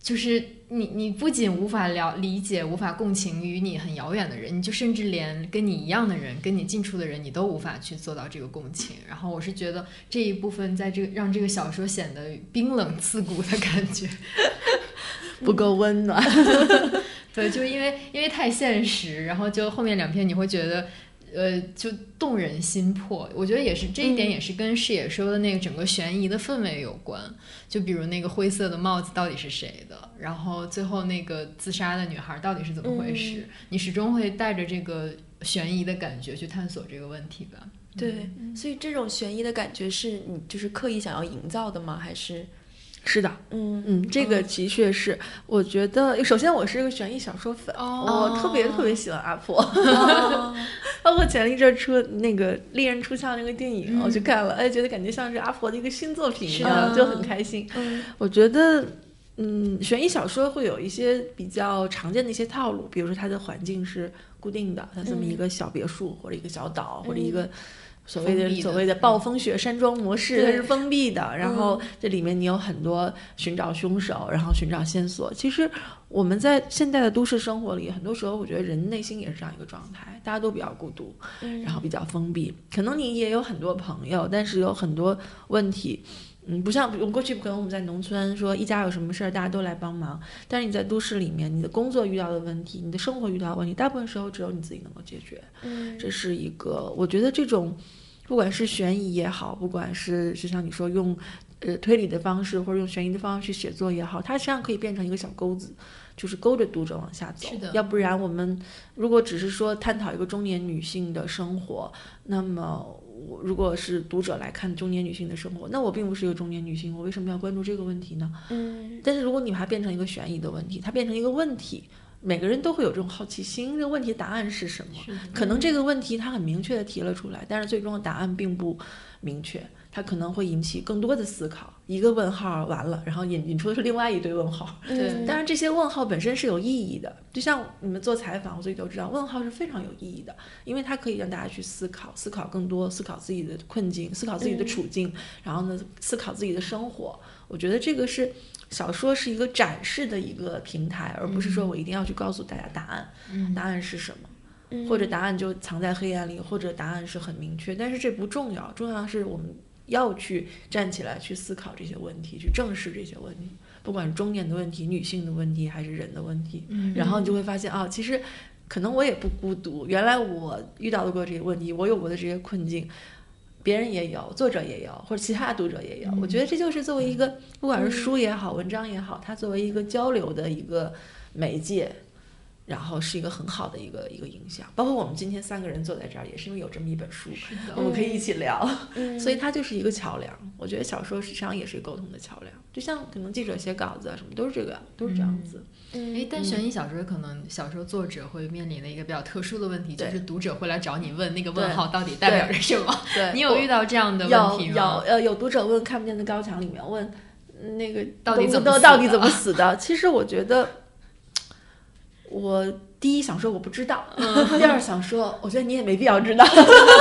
就是你不仅无法理解、无法共情与你很遥远的人，你就甚至连跟你一样的人、跟你近处的人，你都无法去做到这个共情。然后我是觉得这一部分在这个让这个小说显得冰冷刺骨的感觉， 不够温暖。 对，就因为太现实，然后就后面2篇你会觉得。就动人心魄，我觉得也是这一点，也是跟视野说的那个整个悬疑的氛围有关。就比如那个灰色的帽子到底是谁的，然后最后那个自杀的女孩到底是怎么回事，你始终会带着这个悬疑的感觉去探索这个问题吧。 对，所以这种悬疑的感觉是你就是刻意想要营造的吗？还是？ 是的，这个的确是，我觉得首先我是一个悬疑小说粉，我特别喜欢阿婆，包括前一阵出那个《利刃出鞘》那个电影，我去看了，觉得感觉像是阿婆的一个新作品一样，就很开心。我觉得，悬疑小说会有一些比较常见的一些套路，比如说它的环境是固定的，它这么一个小别墅或者一个小岛或者一个。所谓的暴风雪山庄模式，它是封闭的，然后这里面你有很多寻找凶手，然后寻找线索。其实我们在现代的都市生活里，很多时候我觉得人内心也是这样一个状态，大家都比较孤独，然后比较封闭。可能你也有很多朋友，但是有很多问题。不像过去可能我们在农村说一家有什么事儿大家都来帮忙，但是你在都市里面，你的工作遇到的问题，你的生活遇到的问题，大部分时候只有你自己能够解决。这是一个我觉得这种不管是悬疑也好，不管是就像你说用推理的方式或者用悬疑的方式去写作也好，它实际上可以变成一个小钩子，就是勾着读者往下走。要不然我们如果只是说探讨一个中年女性的生活，那么如果是读者来看中年女性的生活，那我并不是一个中年女性，我为什么要关注这个问题呢？但是如果你把它变成一个悬疑的问题，它变成一个问题，每个人都会有这种好奇心，这个问题答案是什么？可能这个问题它很明确的提了出来，但是最终的答案并不明确，它可能会引起更多的思考。一个问号完了，然后引出的是另外一堆问号。当然这些问号本身是有意义的，就像你们做采访，我自己都知道，问号是非常有意义的，因为它可以让大家去思考更多，思考自己的困境，思考自己的处境，然后呢，思考自己的生活。我觉得这个是小说是一个展示的一个平台，而不是说我一定要去告诉大家答案，答案是什么，或者答案就藏在黑暗里，或者答案是很明确，但是这不重要，重要的是我们要去站起来去思考这些问题，去正视这些问题，不管是中年的问题、女性的问题还是人的问题，然后你就会发现其实可能我也不孤独，原来我遇到过这些问题，我有过的这些困境，别人也有，作者也有，或者其他读者也有。我觉得这就是作为一个不管是书也好，文章也好，它作为一个交流的一个媒介，然后是一个很好的一个影响。包括我们今天3个人坐在这儿，也是因为有这么一本书，我们可以一起聊，所以它就是一个桥梁。我觉得小说实际上也是沟通的桥梁，就像可能记者写稿子啊什么都是这样子。 但悬疑小说可能小说作者会面临的一个比较特殊的问题，就是读者会来找你问那个问号到底代表着什么。对，你有遇到这样的问题吗？ 有读者问《看不见的高墙》里面问那个到底怎么死的？其实我觉得，我第一想说我不知道，第二想说我觉得你也没必要知道。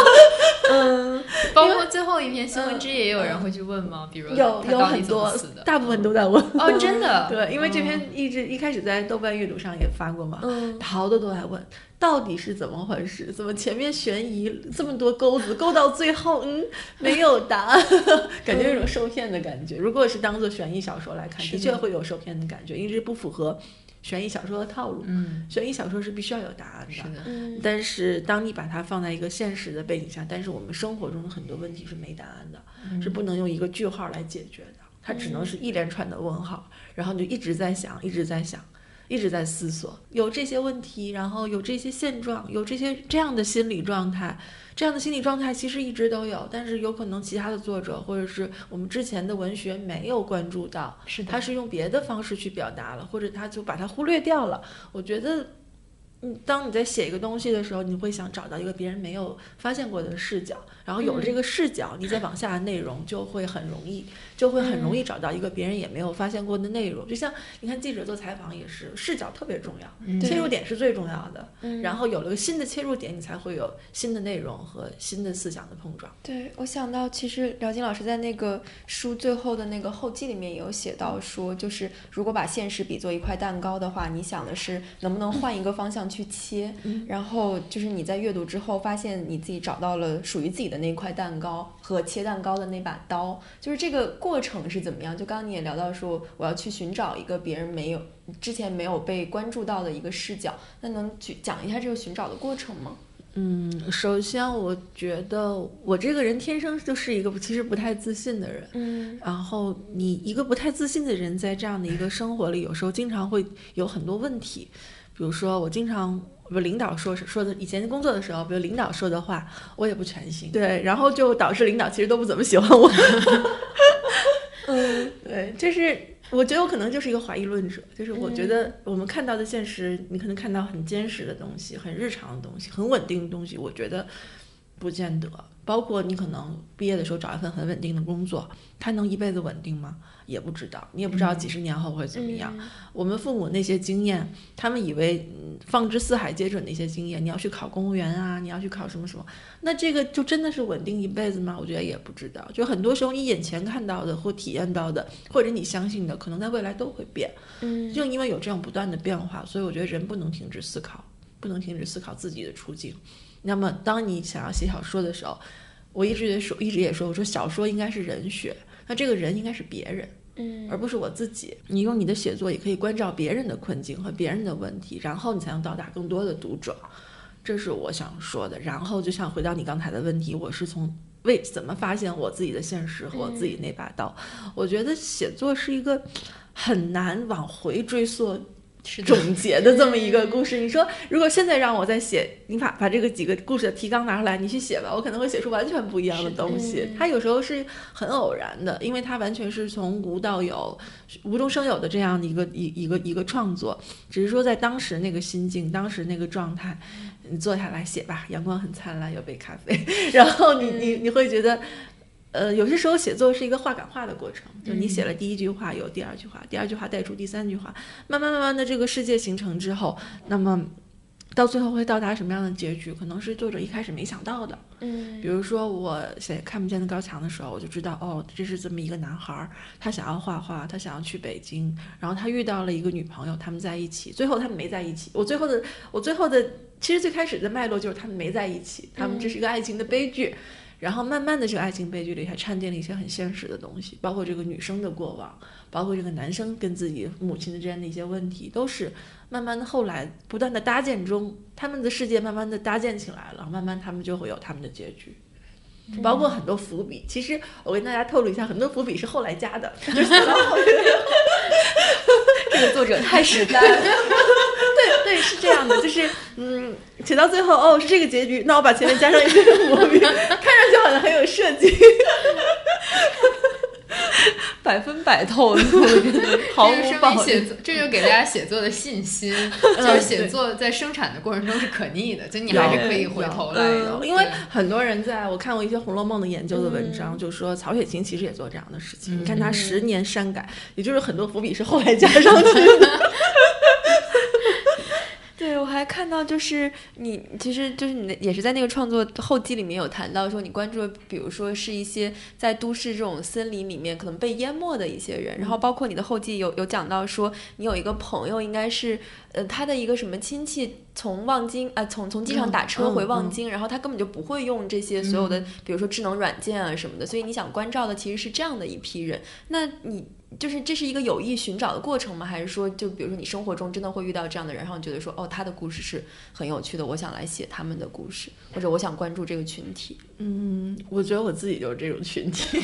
包括最后一篇新闻之夜也有人会去问吗？比如有很多，大部分都在问。 真的？ 对，因为这篇一开始在豆瓣阅读上也发过嘛，好多都在问到底是怎么回事，怎么前面悬疑这么多钩子，勾到最后没有答案，感觉有种受骗的感觉。如果是当做悬疑小说来看，的确会有受骗的感觉，因为这不符合悬疑小说的套路。悬疑小说是必须要有答案的，但是当你把它放在一个现实的背景下，但是我们生活中的很多问题是没答案的，是不能用一个句号来解决的，它只能是一连串的问号，然后你就一直在想，一直在思索，有这些问题，然后有这些现状，有这样的心理状态，这样的心理状态其实一直都有，但是有可能其他的作者或者是我们之前的文学没有关注到，他是用别的方式去表达了，或者他就把它忽略掉了。我觉得当你在写一个东西的时候，你会想找到一个别人没有发现过的视角，然后有了这个视角，你再往下的内容就会很容易找到一个别人也没有发现过的内容。就像你看记者做采访也是，视角特别重要，切入点是最重要的，然后有了个新的切入点，你才会有新的内容和新的思想的碰撞。 对，我想到其实辽金老师在那个书最后的那个后记里面也有写到说，就是如果把现实比作一块蛋糕的话，你想的是能不能换一个方向去切，然后就是你在阅读之后发现你自己找到了属于自己的那块蛋糕和切蛋糕的那把刀，就是这个过程是怎么样？就刚刚你也聊到说我要去寻找一个别人之前没有被关注到的一个视角，那能讲一下这个寻找的过程吗？ 首先我觉得我这个人天生就是一个其实不太自信的人，然后你一个不太自信的人在这样的一个生活里，有时候经常会有很多问题。比如说我经常领导说的，以前工作的时候，比如领导说的话我也不全信，对，然后就导致领导其实都不怎么喜欢我。对，这是我觉得我可能就是一个怀疑论者，就是我觉得我们看到的现实，你可能看到很坚实的东西，很日常的东西，很稳定的东西，我觉得不见得。包括你可能毕业的时候找一份很稳定的工作，它能一辈子稳定吗？也不知道，你也不知道几十年后会怎么样。我们父母那些经验，他们以为放之四海皆准的一些经验，你要去考公务员啊，你要去考什么什么，那这个就真的是稳定一辈子吗？我觉得也不知道。就很多时候你眼前看到的或体验到的，或者你相信的，可能在未来都会变。就因为有这种不断的变化，所以我觉得人不能停止思考，不能停止思考自己的处境。那么当你想要写小说的时候，我一直也说，我说小说应该是人学，那这个人应该是别人，而不是我自己。你用你的写作也可以关照别人的困境和别人的问题，然后你才能到达更多的读者，这是我想说的。然后就像回到你刚才的问题，我是从怎么发现我自己的现实和我自己那把刀。我觉得写作是一个很难往回追溯总结的这么一个故事。你说如果现在让我再写，你把这个几个故事的提纲拿出来你去写吧，我可能会写出完全不一样的东西。它有时候是很偶然的，因为它完全是从无到有，无中生有的这样的一个创作，只是说在当时那个心境，当时那个状态，你坐下来写吧，阳光很灿烂，有杯咖啡，然后你会觉得有些时候写作是一个话感化的过程，就你写了第一句话有第二句话，第二句话带出第三句话，慢慢的这个世界形成之后，那么到最后会到达什么样的结局，可能是作者一开始没想到的。比如说我写看不见的高墙的时候，我就知道这是这么一个男孩，他想要画画，他想要去北京，然后他遇到了一个女朋友，他们在一起，最后他们没在一起。我最后的其实最开始的脉络就是他们没在一起，他们这是一个爱情的悲剧。然后慢慢的这个爱情悲剧里还掺进了一些很现实的东西，包括这个女生的过往，包括这个男生跟自己母亲的之间的一些问题，都是慢慢的后来不断的搭建中，他们的世界慢慢的搭建起来了，慢慢他们就会有他们的结局，包括很多伏笔。其实我跟大家透露一下，很多伏笔是后来加的，就是这个作者太实在了。 对，是这样的，就是写到最后是这个结局，那我把前面加上一些伏笔，看上去好像很有设计。 100%透露，毫无保留。 这就给大家写作的信心，就是写作在生产的过程中是可逆的，就你还是可以回头来的。 因为很多人我看过一些《红楼梦》的研究的文章，就说曹雪芹其实也做这样的事情。你看他10年删改，也就是很多伏笔是后来加上去的。 对，我还看到就是你其实就是你也是在那个创作后记里面有谈到说，你关注的比如说是一些在都市这种森林里面可能被淹没的一些人，然后包括你的后记有讲到说你有一个朋友应该是他的一个什么亲戚从望京从机场打车回望京，然后他根本就不会用这些所有的比如说智能软件啊什么的，所以你想关照的其实是这样的一批人。那你就是这是一个有意寻找的过程吗？还是说就比如说你生活中真的会遇到这样的人，然后你觉得说他的故事是很有趣的，我想来写他们的故事，或者我想关注这个群体？ 我觉得我自己就是这种群体。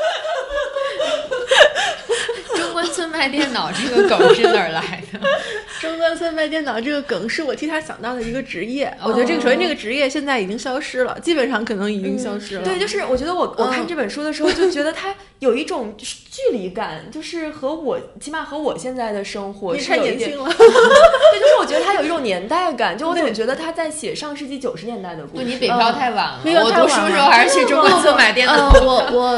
中关村卖电脑这个梗是哪儿来的？ 中关村卖电脑这个梗是我替他想到的一个职业，我觉得首先这个职业现在已经消失了，基本上可能已经消失了。 对，就是我觉得我看这本书的时候就觉得它有一种距离感，就是起码和我现在的生活是有一点， 你太年轻了。 对，就是我觉得它有一种年代感，就我总觉得他在写上世纪90年代的故事。 你北漂太晚了， 我读书时候还是去中关村买电脑。 我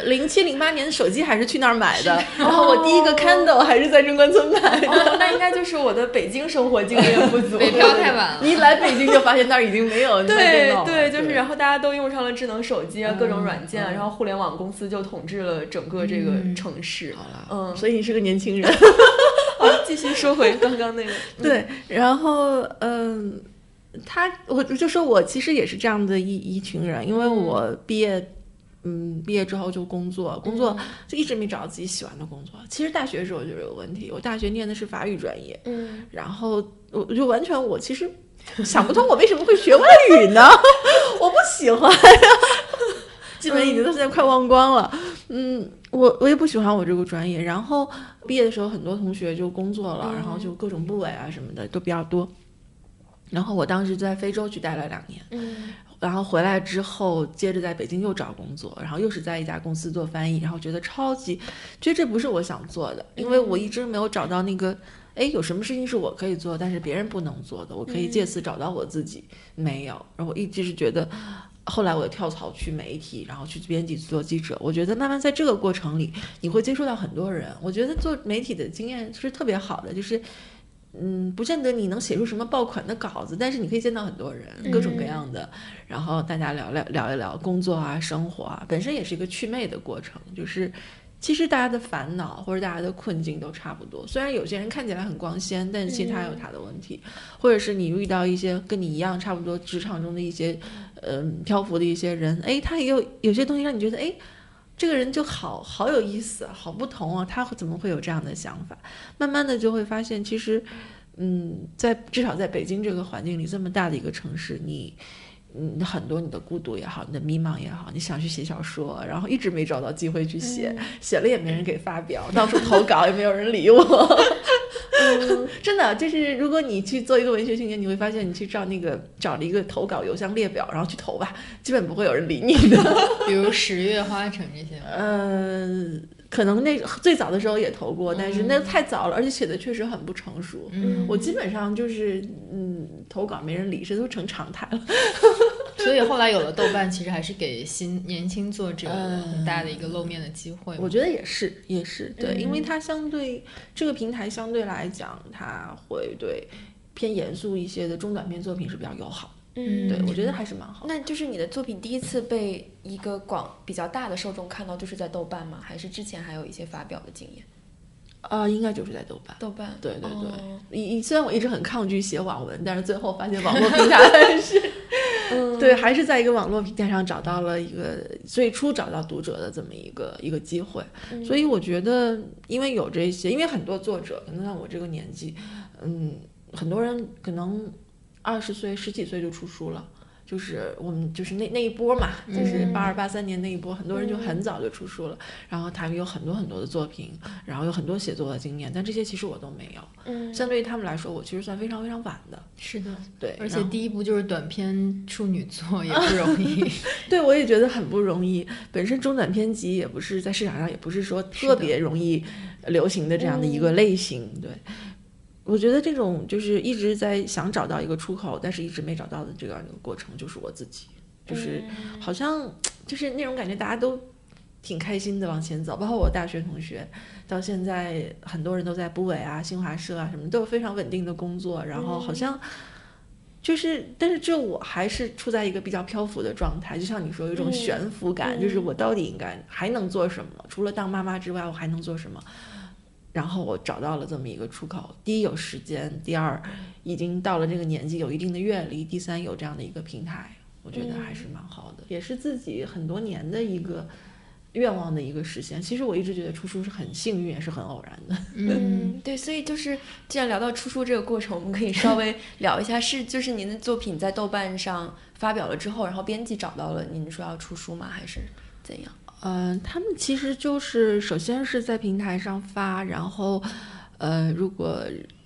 07、08年手机还是去那儿买的，然后我第一个 Kindle 还是在中关村买的。 那应该就是我的北京生活经验不足， 北漂太晚了。 你一来北京就发现那儿已经没有电脑了。 对，就是然后大家都用上了智能手机啊，各种软件啊，然后互联网公司就统治了整个这个城市。 好了，所以你是个年轻人。 好，继续说回刚刚那个。 对，然后我就说我其实也是这样的一群人，因为我毕业之后就工作就一直没找到自己喜欢的工作。其实大学的时候就有问题，我大学念的是法语专业，然后我就完全我其实想不通我为什么会学外语呢？我不喜欢呀，基本已经到现在快忘光了。我也不喜欢我这个专业。然后毕业的时候很多同学就工作了，然后就各种部委啊什么的都比较多。然后我当时在非洲去待了2年，然后回来之后接着在北京又找工作，然后又是在一家公司做翻译，然后觉得这不是我想做的，因为我一直没有找到那个有什么事情是我可以做但是别人不能做的，我可以借此找到我自己，没有。然后我一直是觉得，后来我跳槽去媒体，然后去编辑做记者，我觉得慢慢在这个过程里你会接触到很多人，我觉得做媒体的经验是特别好的，就是不见得你能写出什么爆款的稿子，但是你可以见到很多人，各种各样的，然后大家聊一聊工作啊、生活啊，本身也是一个祛魅的过程。就是其实大家的烦恼或者大家的困境都差不多，虽然有些人看起来很光鲜，但是其实他有他的问题，或者是你遇到一些跟你一样差不多职场中的一些漂浮的一些人，他也有些东西让你觉得这个人就好有意思，好不同啊！他怎么会有这样的想法？慢慢的就会发现，其实，至少在北京这个环境里，这么大的一个城市，你很多你的孤独也好，你的迷茫也好，你想去写小说，然后一直没找到机会去写，写了也没人给发表，到处投稿也没有人理我。真的就是如果你去做一个文学青年，你会发现你去找了一个投稿邮箱列表，然后去投吧，基本不会有人理你的。 比如十月花城这些可能那最早的时候也投过，但是那太早了，而且写的确实很不成熟。我基本上就是投稿没人理，这都成常态了。 所以后来有了豆瓣，其实还是给年轻作者很大的一个露面的机会。 我觉得也是对，因为它这个平台相对来讲，它会对偏严肃一些的中短篇作品是比较友好。对，我觉得还是蛮好的。 那就是你的作品第一次被一个比较大的受众看到，就是在豆瓣吗？还是之前还有一些发表的经验？ 应该就是在豆瓣。对，虽然我一直很抗拒写网文，但是最后发现网络平台还是对，还是在一个网络平台上找到了一个最初找到读者的这么一个机会。所以我觉得，因为有这些，因为很多作者可能像我这个年纪，很多人可能20岁、10几岁就出书了。就是我们就是那一波嘛，就是82、83年那一波，很多人就很早就出书了，然后他们有很多很多的作品，然后有很多写作的经验，但这些其实我都没有。相对于他们来说，我其实算非常非常晚的。 是的， 对， 而且第一部就是短篇处女作，也不容易。 对，我也觉得很不容易。本身中短篇集也不是在市场上也不是说特别容易流行的这样的一个类型。对。我觉得这种就是一直在想找到一个出口，但是一直没找到的这样一个过程，就是我自己，就是好像就是那种感觉，大家都挺开心的往前走，包括我大学同学，到现在很多人都在部委啊、新华社啊什么，都有非常稳定的工作，然后好像就是，但是我还是处在一个比较漂浮的状态，就像你说，有一种悬浮感，就是我到底应该还能做什么？除了当妈妈之外，我还能做什么？然后我找到了这么一个出口，第一有时间，第二已经到了这个年纪有一定的阅历，第三有这样的一个平台，我觉得还是蛮好的，也是自己很多年的一个愿望的一个实现。其实我一直觉得出书是很幸运，也是很偶然的。 对，所以就是既然聊到出书这个过程，我们可以稍微聊一下，就是您的作品在豆瓣上发表了之后，然后编辑找到了您说要出书吗？还是怎样？ 他们其实就是首先是在平台上发，然后如果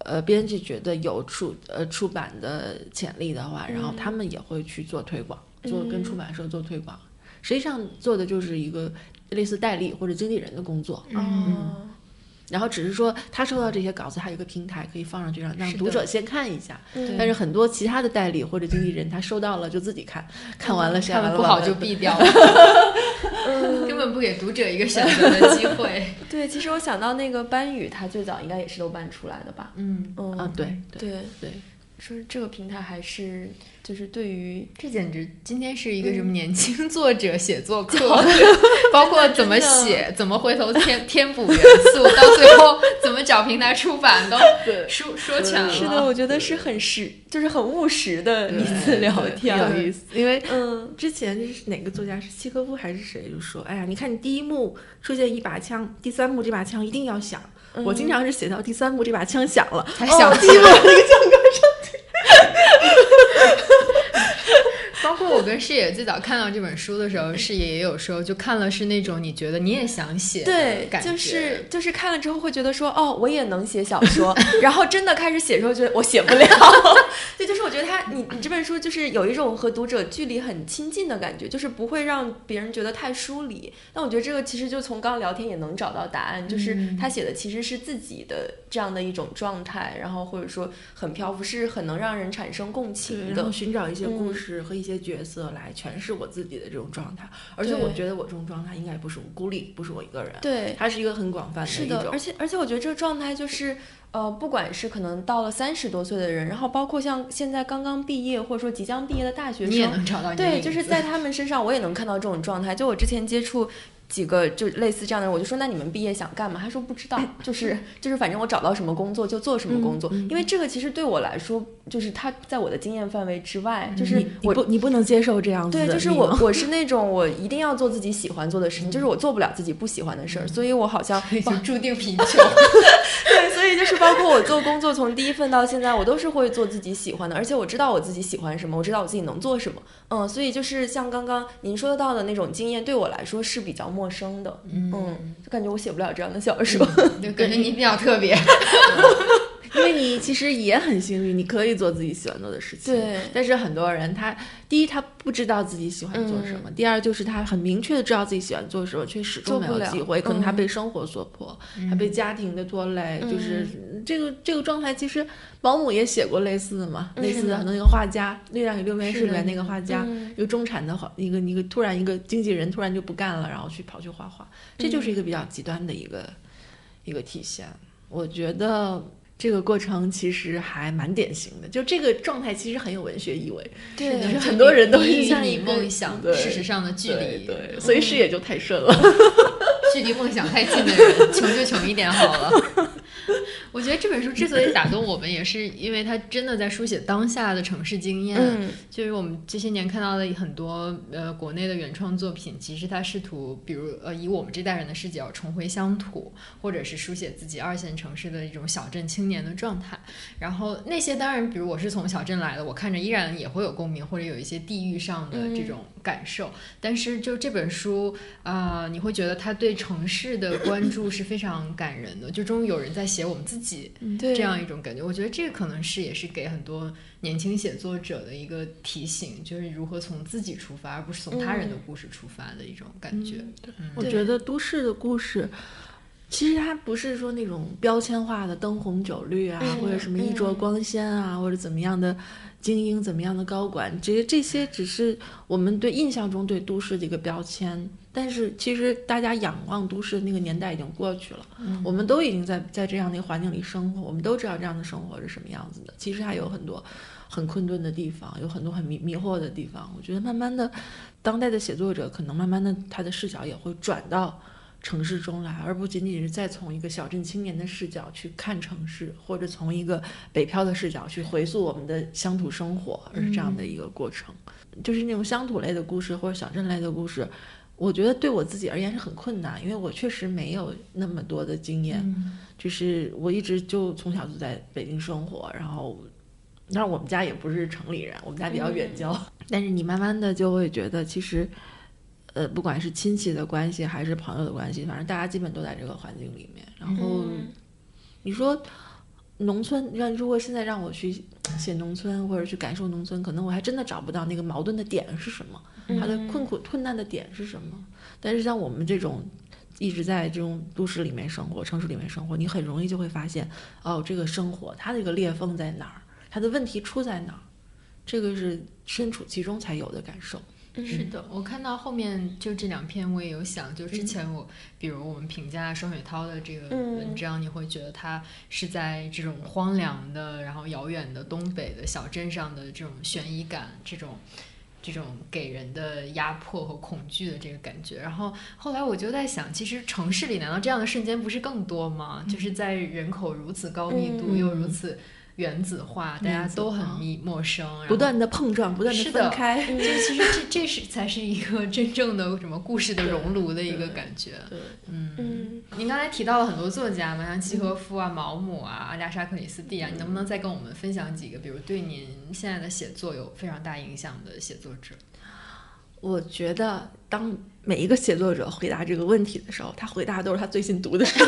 编辑觉得有出版的潜力的话，然后他们也会去做推广，跟出版社做推广。实际上做的就是一个类似代理或者经纪人的工作。然后只是说他收到这些稿子，还有一个平台可以放上去，让读者先看一下。但是很多其他的代理或者经纪人，他收到了就自己看，看完了写完了不好就毙掉了，根本不给读者一个选择的机会。 对，其实我想到那个班宇，他最早应该也是豆瓣出来的吧？ 对。 说这个平台还是就是对于这简直今天是一个什么年轻作者写作课，包括怎么写，怎么回头填补元素，到最后怎么找平台出版都说全了。 是的，我觉得是就是很务实的一次聊天， 有意思。因为之前是哪个作家是契诃夫还是谁就说，哎呀，你看你第一幕出现一把枪，第三幕这把枪一定要响。我经常是写到第三幕这把枪响了才想起来， 第一幕那个枪刚上去。 包括我跟视野最早看到这本书的时候，视野也有说，就看了是那种你觉得你也想写的感觉， 就是看了之后会觉得说，哦，我也能写小说，然后真的开始写的时候觉得我写不了。对，就是我觉得你这本书就是有一种和读者距离很亲近的感觉，就是不会让别人觉得太疏离。但我觉得这个其实就从刚刚聊天也能找到答案，就是他写的其实是自己的这样的一种状态，然后或者说很漂浮，是很能让人产生共情的， 然后寻找一些故事和一些角色来诠释我自己的这种状态。而且我觉得我这种状态应该不是我孤立，不是我一个人， 对， 它是一个很广泛的一种。 是的，而且我觉得这个状态就是不管是可能到了30多岁的人，然后包括像现在刚刚毕业或者说即将毕业的大学生， 你也能找到你的对，就是在他们身上我也能看到这种状态。就我之前接触几个就类似这样的人，我就说那你们毕业想干嘛？他说不知道，就是反正我找到什么工作就做什么工作。因为这个其实对我来说，就是他在我的经验范围之外，就是你不能接受这样子的。 对，就是我是那种我一定要做自己喜欢做的事情，就是我做不了自己不喜欢的事儿，所以我好像就注定贫穷。 对，所以就是包括我做工作，从第一份到现在，我都是会做自己喜欢的，而且我知道我自己喜欢什么，我知道我自己能做什么。所以就是像刚刚您说到的那种经验，对我来说是比较陌生的。就感觉我写不了这样的小说， 就感觉你比较特别。 因为你其实也很幸运，你可以做自己喜欢做的事情。 对， 但是很多人第一他不知道自己喜欢做什么，第二就是他很明确的知道自己喜欢做什么，却始终没有机会。可能他被生活所迫，他被家庭的拖累，就是这个状态。其实保姆也写过类似的嘛，类似的很多那个画家，《月亮与六便士》里面那个画家，一个中产的一个突然一个经纪人突然就不干了，然后跑去画画，这就是一个比较极端的一个体现。我觉得这个过程其实还蛮典型的，就这个状态其实很有文学意味。 对， 很多人都是像你梦想事实上的距离， 对，所以视野就太顺了。 距离梦想太近的人，穷就穷一点好了。我觉得这本书之所以打动我们，也是因为它真的在书写当下的城市经验。就是我们这些年看到的很多国内的原创作品，其实它试图，比如以我们这代人的视角重回乡土，或者是书写自己2线城市的一种小镇青年的状态。然后那些当然，比如我是从小镇来的，我看着依然也会有共鸣，或者有一些地域上的这种感受。但是就这本书你会觉得它对城市的关注是非常感人的，就终于有人在写我们自己这样一种感觉。我觉得这个可能也是给很多年轻写作者的一个提醒，就是如何从自己出发，而不是从他人的故事出发的一种感觉。 我觉得都市的故事其实它不是说那种标签化的灯红酒绿啊，或者什么衣着光鲜啊，或者怎么样的精英，怎么样的高管，这些只是我们对印象中对都市的一个标签。但是其实大家仰望都市的那个年代已经过去了，我们都已经在这样的一个环境里生活，我们都知道这样的生活是什么样子的。其实还有很多很困顿的地方，有很多很迷惑的地方。我觉得慢慢的当代的写作者可能慢慢的他的视角也会转到城市中来，而不仅仅是再从一个小镇青年的视角去看城市，或者从一个北漂的视角去回溯我们的乡土生活，而是这样的一个过程。就是那种乡土类的故事或者小镇类的故事，我觉得对我自己而言是很困难，因为我确实没有那么多的经验。就是我一直就从小就在北京生活，然后我们家也不是城里人，我们家比较远郊。但是你慢慢的就会觉得其实不管是亲戚的关系还是朋友的关系，反正大家基本都在这个环境里面。然后你说农村，如果现在让我去写农村或者去感受农村，可能我还真的找不到那个矛盾的点是什么，它的困难的点是什么。但是像我们这种一直在这种都市里面生活、城市里面生活，你很容易就会发现，哦，这个生活它这个裂缝在哪儿，它的问题出在哪儿，这个是身处其中才有的感受。 是的，我看到后面就这2篇我也有想，就之前比如我们评价双雪涛的这个文章，你会觉得他是在这种荒凉的然后遥远的东北的小镇上的这种悬疑感，这种给人的压迫和恐惧的这个感觉。然后后来我就在想，其实城市里难道这样的瞬间不是更多吗？就是在人口如此高密度又如此原子化，大家都很陌生， 不断的碰撞，不断的分开， 就其实这才是一个真正的什么故事的熔炉的一个感觉。 对， 您刚才提到了很多作家嘛，像契诃夫啊、毛姆啊、阿加莎·克里斯蒂啊，你能不能再跟我们分享几个，比如对您现在的写作有非常大影响的写作者？ 我觉得当每一个写作者回答这个问题的时候，他回答的都是他最近读的书。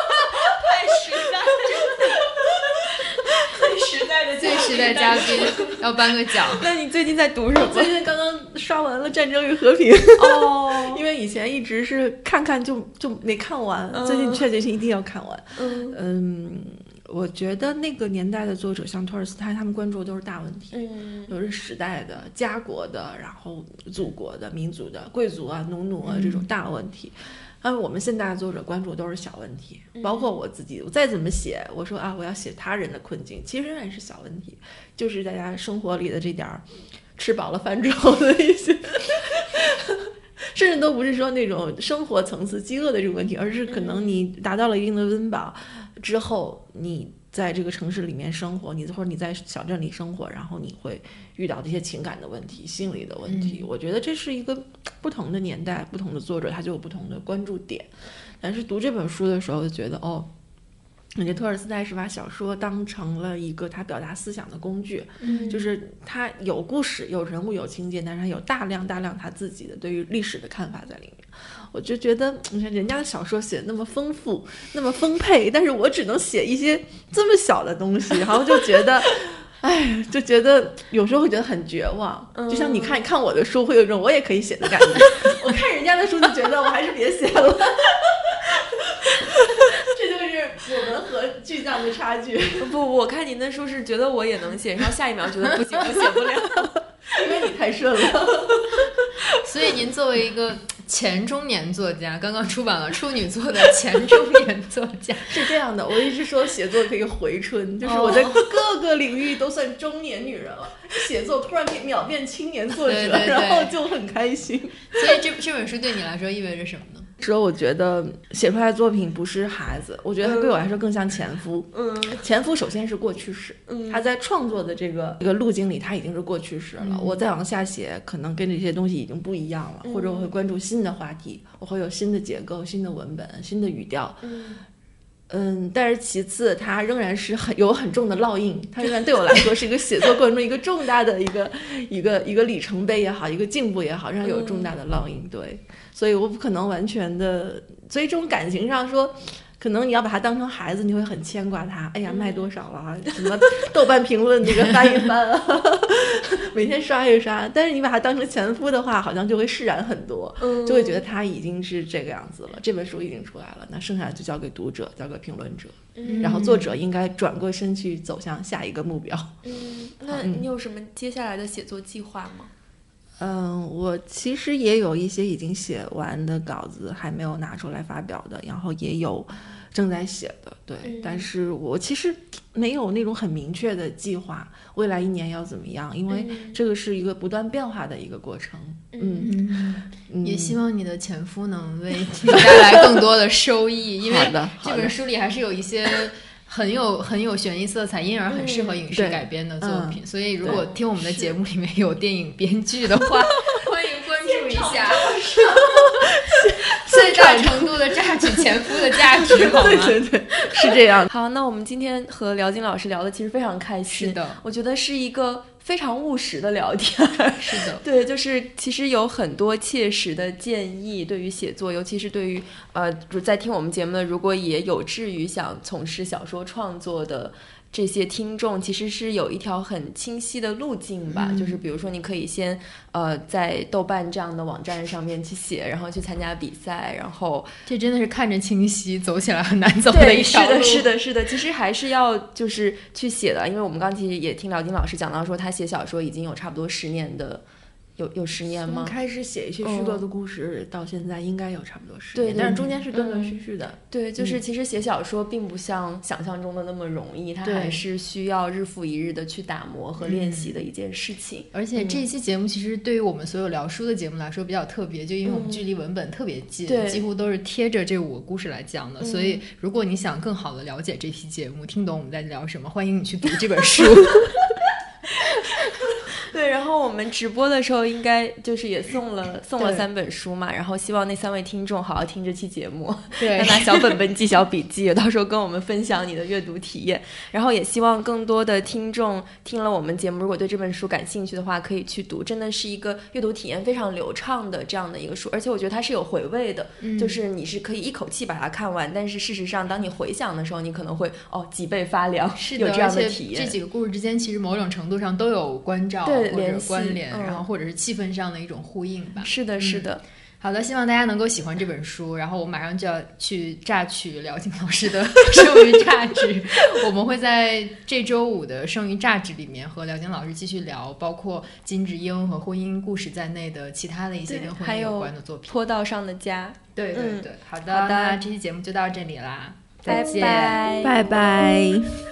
最时代嘉宾要颁个奖。 那你最近在读什么？最近刚刚刷完了《战争与和平》哦，因为以前一直是看就没看完，最近确决心一定要看完。我觉得那个年代的作者像托尔斯泰，他们关注的都是大问题，都是时代的、家国的，然后祖国的、民族的、贵族啊、农奴啊这种大问题。我们现代的作者关注的都是小问题，包括我自己，我再怎么写，我说我要写他人的困境，其实仍然是小问题，就是大家生活里的这点吃饱了饭之后的一些甚至都不是说那种生活层次饥饿的这个问题，而是可能你达到了一定的温饱之后，你在这个城市里面生活，或者你在小镇里生活，然后你会遇到这些情感的问题、心理的问题。我觉得这是一个不同的年代、不同的作者，他就有不同的关注点。但是读这本书的时候，就觉得我觉得托尔斯泰是把小说当成了一个他表达思想的工具，就是他有故事、有人物、有情节，但是他有大量他自己的对于历史的看法在里面。我就觉得，你看人家的小说写的那么丰富、那么丰沛，但是我只能写一些这么小的东西，然后就觉得，就觉得有时候会觉得很绝望。就像你看我的书，会有一种我也可以写的感觉。我看人家的书就觉得我还是别写了。这就是我们和巨匠的差距。 不，我看您的书是觉得我也能写，然后下一秒觉得不行，我写不了， 因为你太顺了。 所以您作为一个前中年作家，刚刚出版了处女座的前中年作家， 是这样的。我一直说写作可以回春，就是我在各个领域都算中年女人了，写作突然秒变青年作者， 对， 然后就很开心。 所以这本书对你来说意味着什么呢？ 说我觉得写出来的作品不是孩子，我觉得它对我来说更像前夫。前夫首先是过去式，他在创作的这个路径里，他已经是过去式了。我再往下写，可能跟这些东西已经不一样了，或者我会关注新的话题，我会有新的结构、新的文本、新的语调。但是其次，它仍然是有很重的烙印，它仍然对我来说是一个写作过程中一个重大的一个里程碑也好，一个进步也好，让有重大的烙印。对，所以我不可能完全的，所以这种感情上说，可能你要把它当成孩子，你会很牵挂他。哎呀，卖多少了啊？什么豆瓣评论那个翻一翻啊，每天刷一刷。但是你把它当成前夫的话，好像就会释然很多，就会觉得他已经是这个样子了。这本书已经出来了，那剩下的就交给读者，交给评论者，然后作者应该转过身去走向下一个目标。 那你有什么接下来的写作计划吗？ 我其实也有一些已经写完的稿子还没有拿出来发表的，然后也有正在写的，对，但是我其实没有那种很明确的计划，未来1年要怎么样，因为这个是一个不断变化的一个过程。 也希望你的前夫能为你带来更多的收益，因为这本书里还是有一些很有悬疑色彩，因而很适合影视改编的作品，所以如果听我们的节目里面有电影编剧的话，欢迎关注一下。 现最大程度的榨取前夫的价值，好吗？ 对，是这样。 好，那我们今天和辽金老师聊的其实非常开心， 是的， 我觉得是一个非常务实的聊天。 是的， 对，就是其实有很多切实的建议，对于写作，尤其是对于在听我们节目的，如果也有志于想从事小说创作的这些听众，其实是有一条很清晰的路径吧。就是比如说，你可以先在豆瓣这样的网站上面去写，然后去参加比赛，然后这真的是看着清晰，走起来很难走的一条路。 是的，其实还是要就是去写的，因为我们刚其实也听辽金老师讲到说，他写小说已经有差不多10年的。有10年吗？ 开始写一些虚构的故事，到现在应该有差不多10 对， 年，但是中间是断断续续的。 对，就是其实写小说并不像想象中的那么容易，它还是需要日复一日的去打磨和练习的一件事情。 而且这一期节目其实对于我们所有聊书的节目来说比较特别，就因为我们距离文本特别近，几乎都是贴着这5个故事来讲的，所以如果你想更好的了解这期节目，听懂我们在聊什么，欢迎你去读这本书。 对，然后我们直播的时候应该就是也送了3本书嘛，然后希望那3位听众好好听这期节目， 对， 要拿小本本记小笔记，到时候跟我们分享你的阅读体验。然后也希望更多的听众听了我们节目，如果对这本书感兴趣的话，可以去读，真的是一个阅读体验非常流畅的这样的一个书，而且我觉得它是有回味的，就是你是可以一口气把它看完，但是事实上当你回想的时候，你可能会脊背发凉， 是的， 有这样的体验。 这几个故事之间其实某种程度上都有关照或者关联，然后或者是气氛上的一种呼应吧。 是的，是的。 好的，希望大家能够喜欢这本书，然后我马上就要去榨取辽金老师的剩余榨汁。我们会在这周5的剩余榨汁里面和辽金老师继续聊包括金智英和婚姻故事在内的其他的一些跟婚姻有关的作品， 坡道上的家。 对，好的，那这期节目就到这里啦，再见， 拜拜。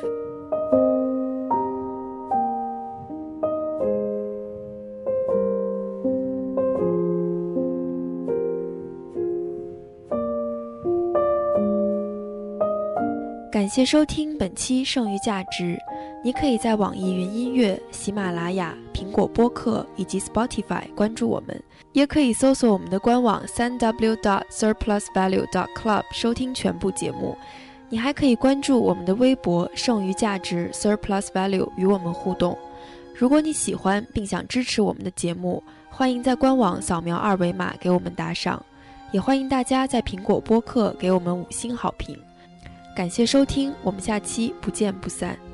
感谢收听本期剩余价值，你可以在网易云音乐、喜马拉雅、苹果播客以及 Spotify 关注我们，也可以搜索我们的官网 3w.surplusvalue.club 收听全部节目。你还可以关注我们的微博剩余价值 Surplus Value 与我们互动。如果你喜欢并想支持我们的节目，欢迎在官网扫描2维码给我们打赏，也欢迎大家在苹果播客给我们5星好评。感谢收听，我们下期不见不散。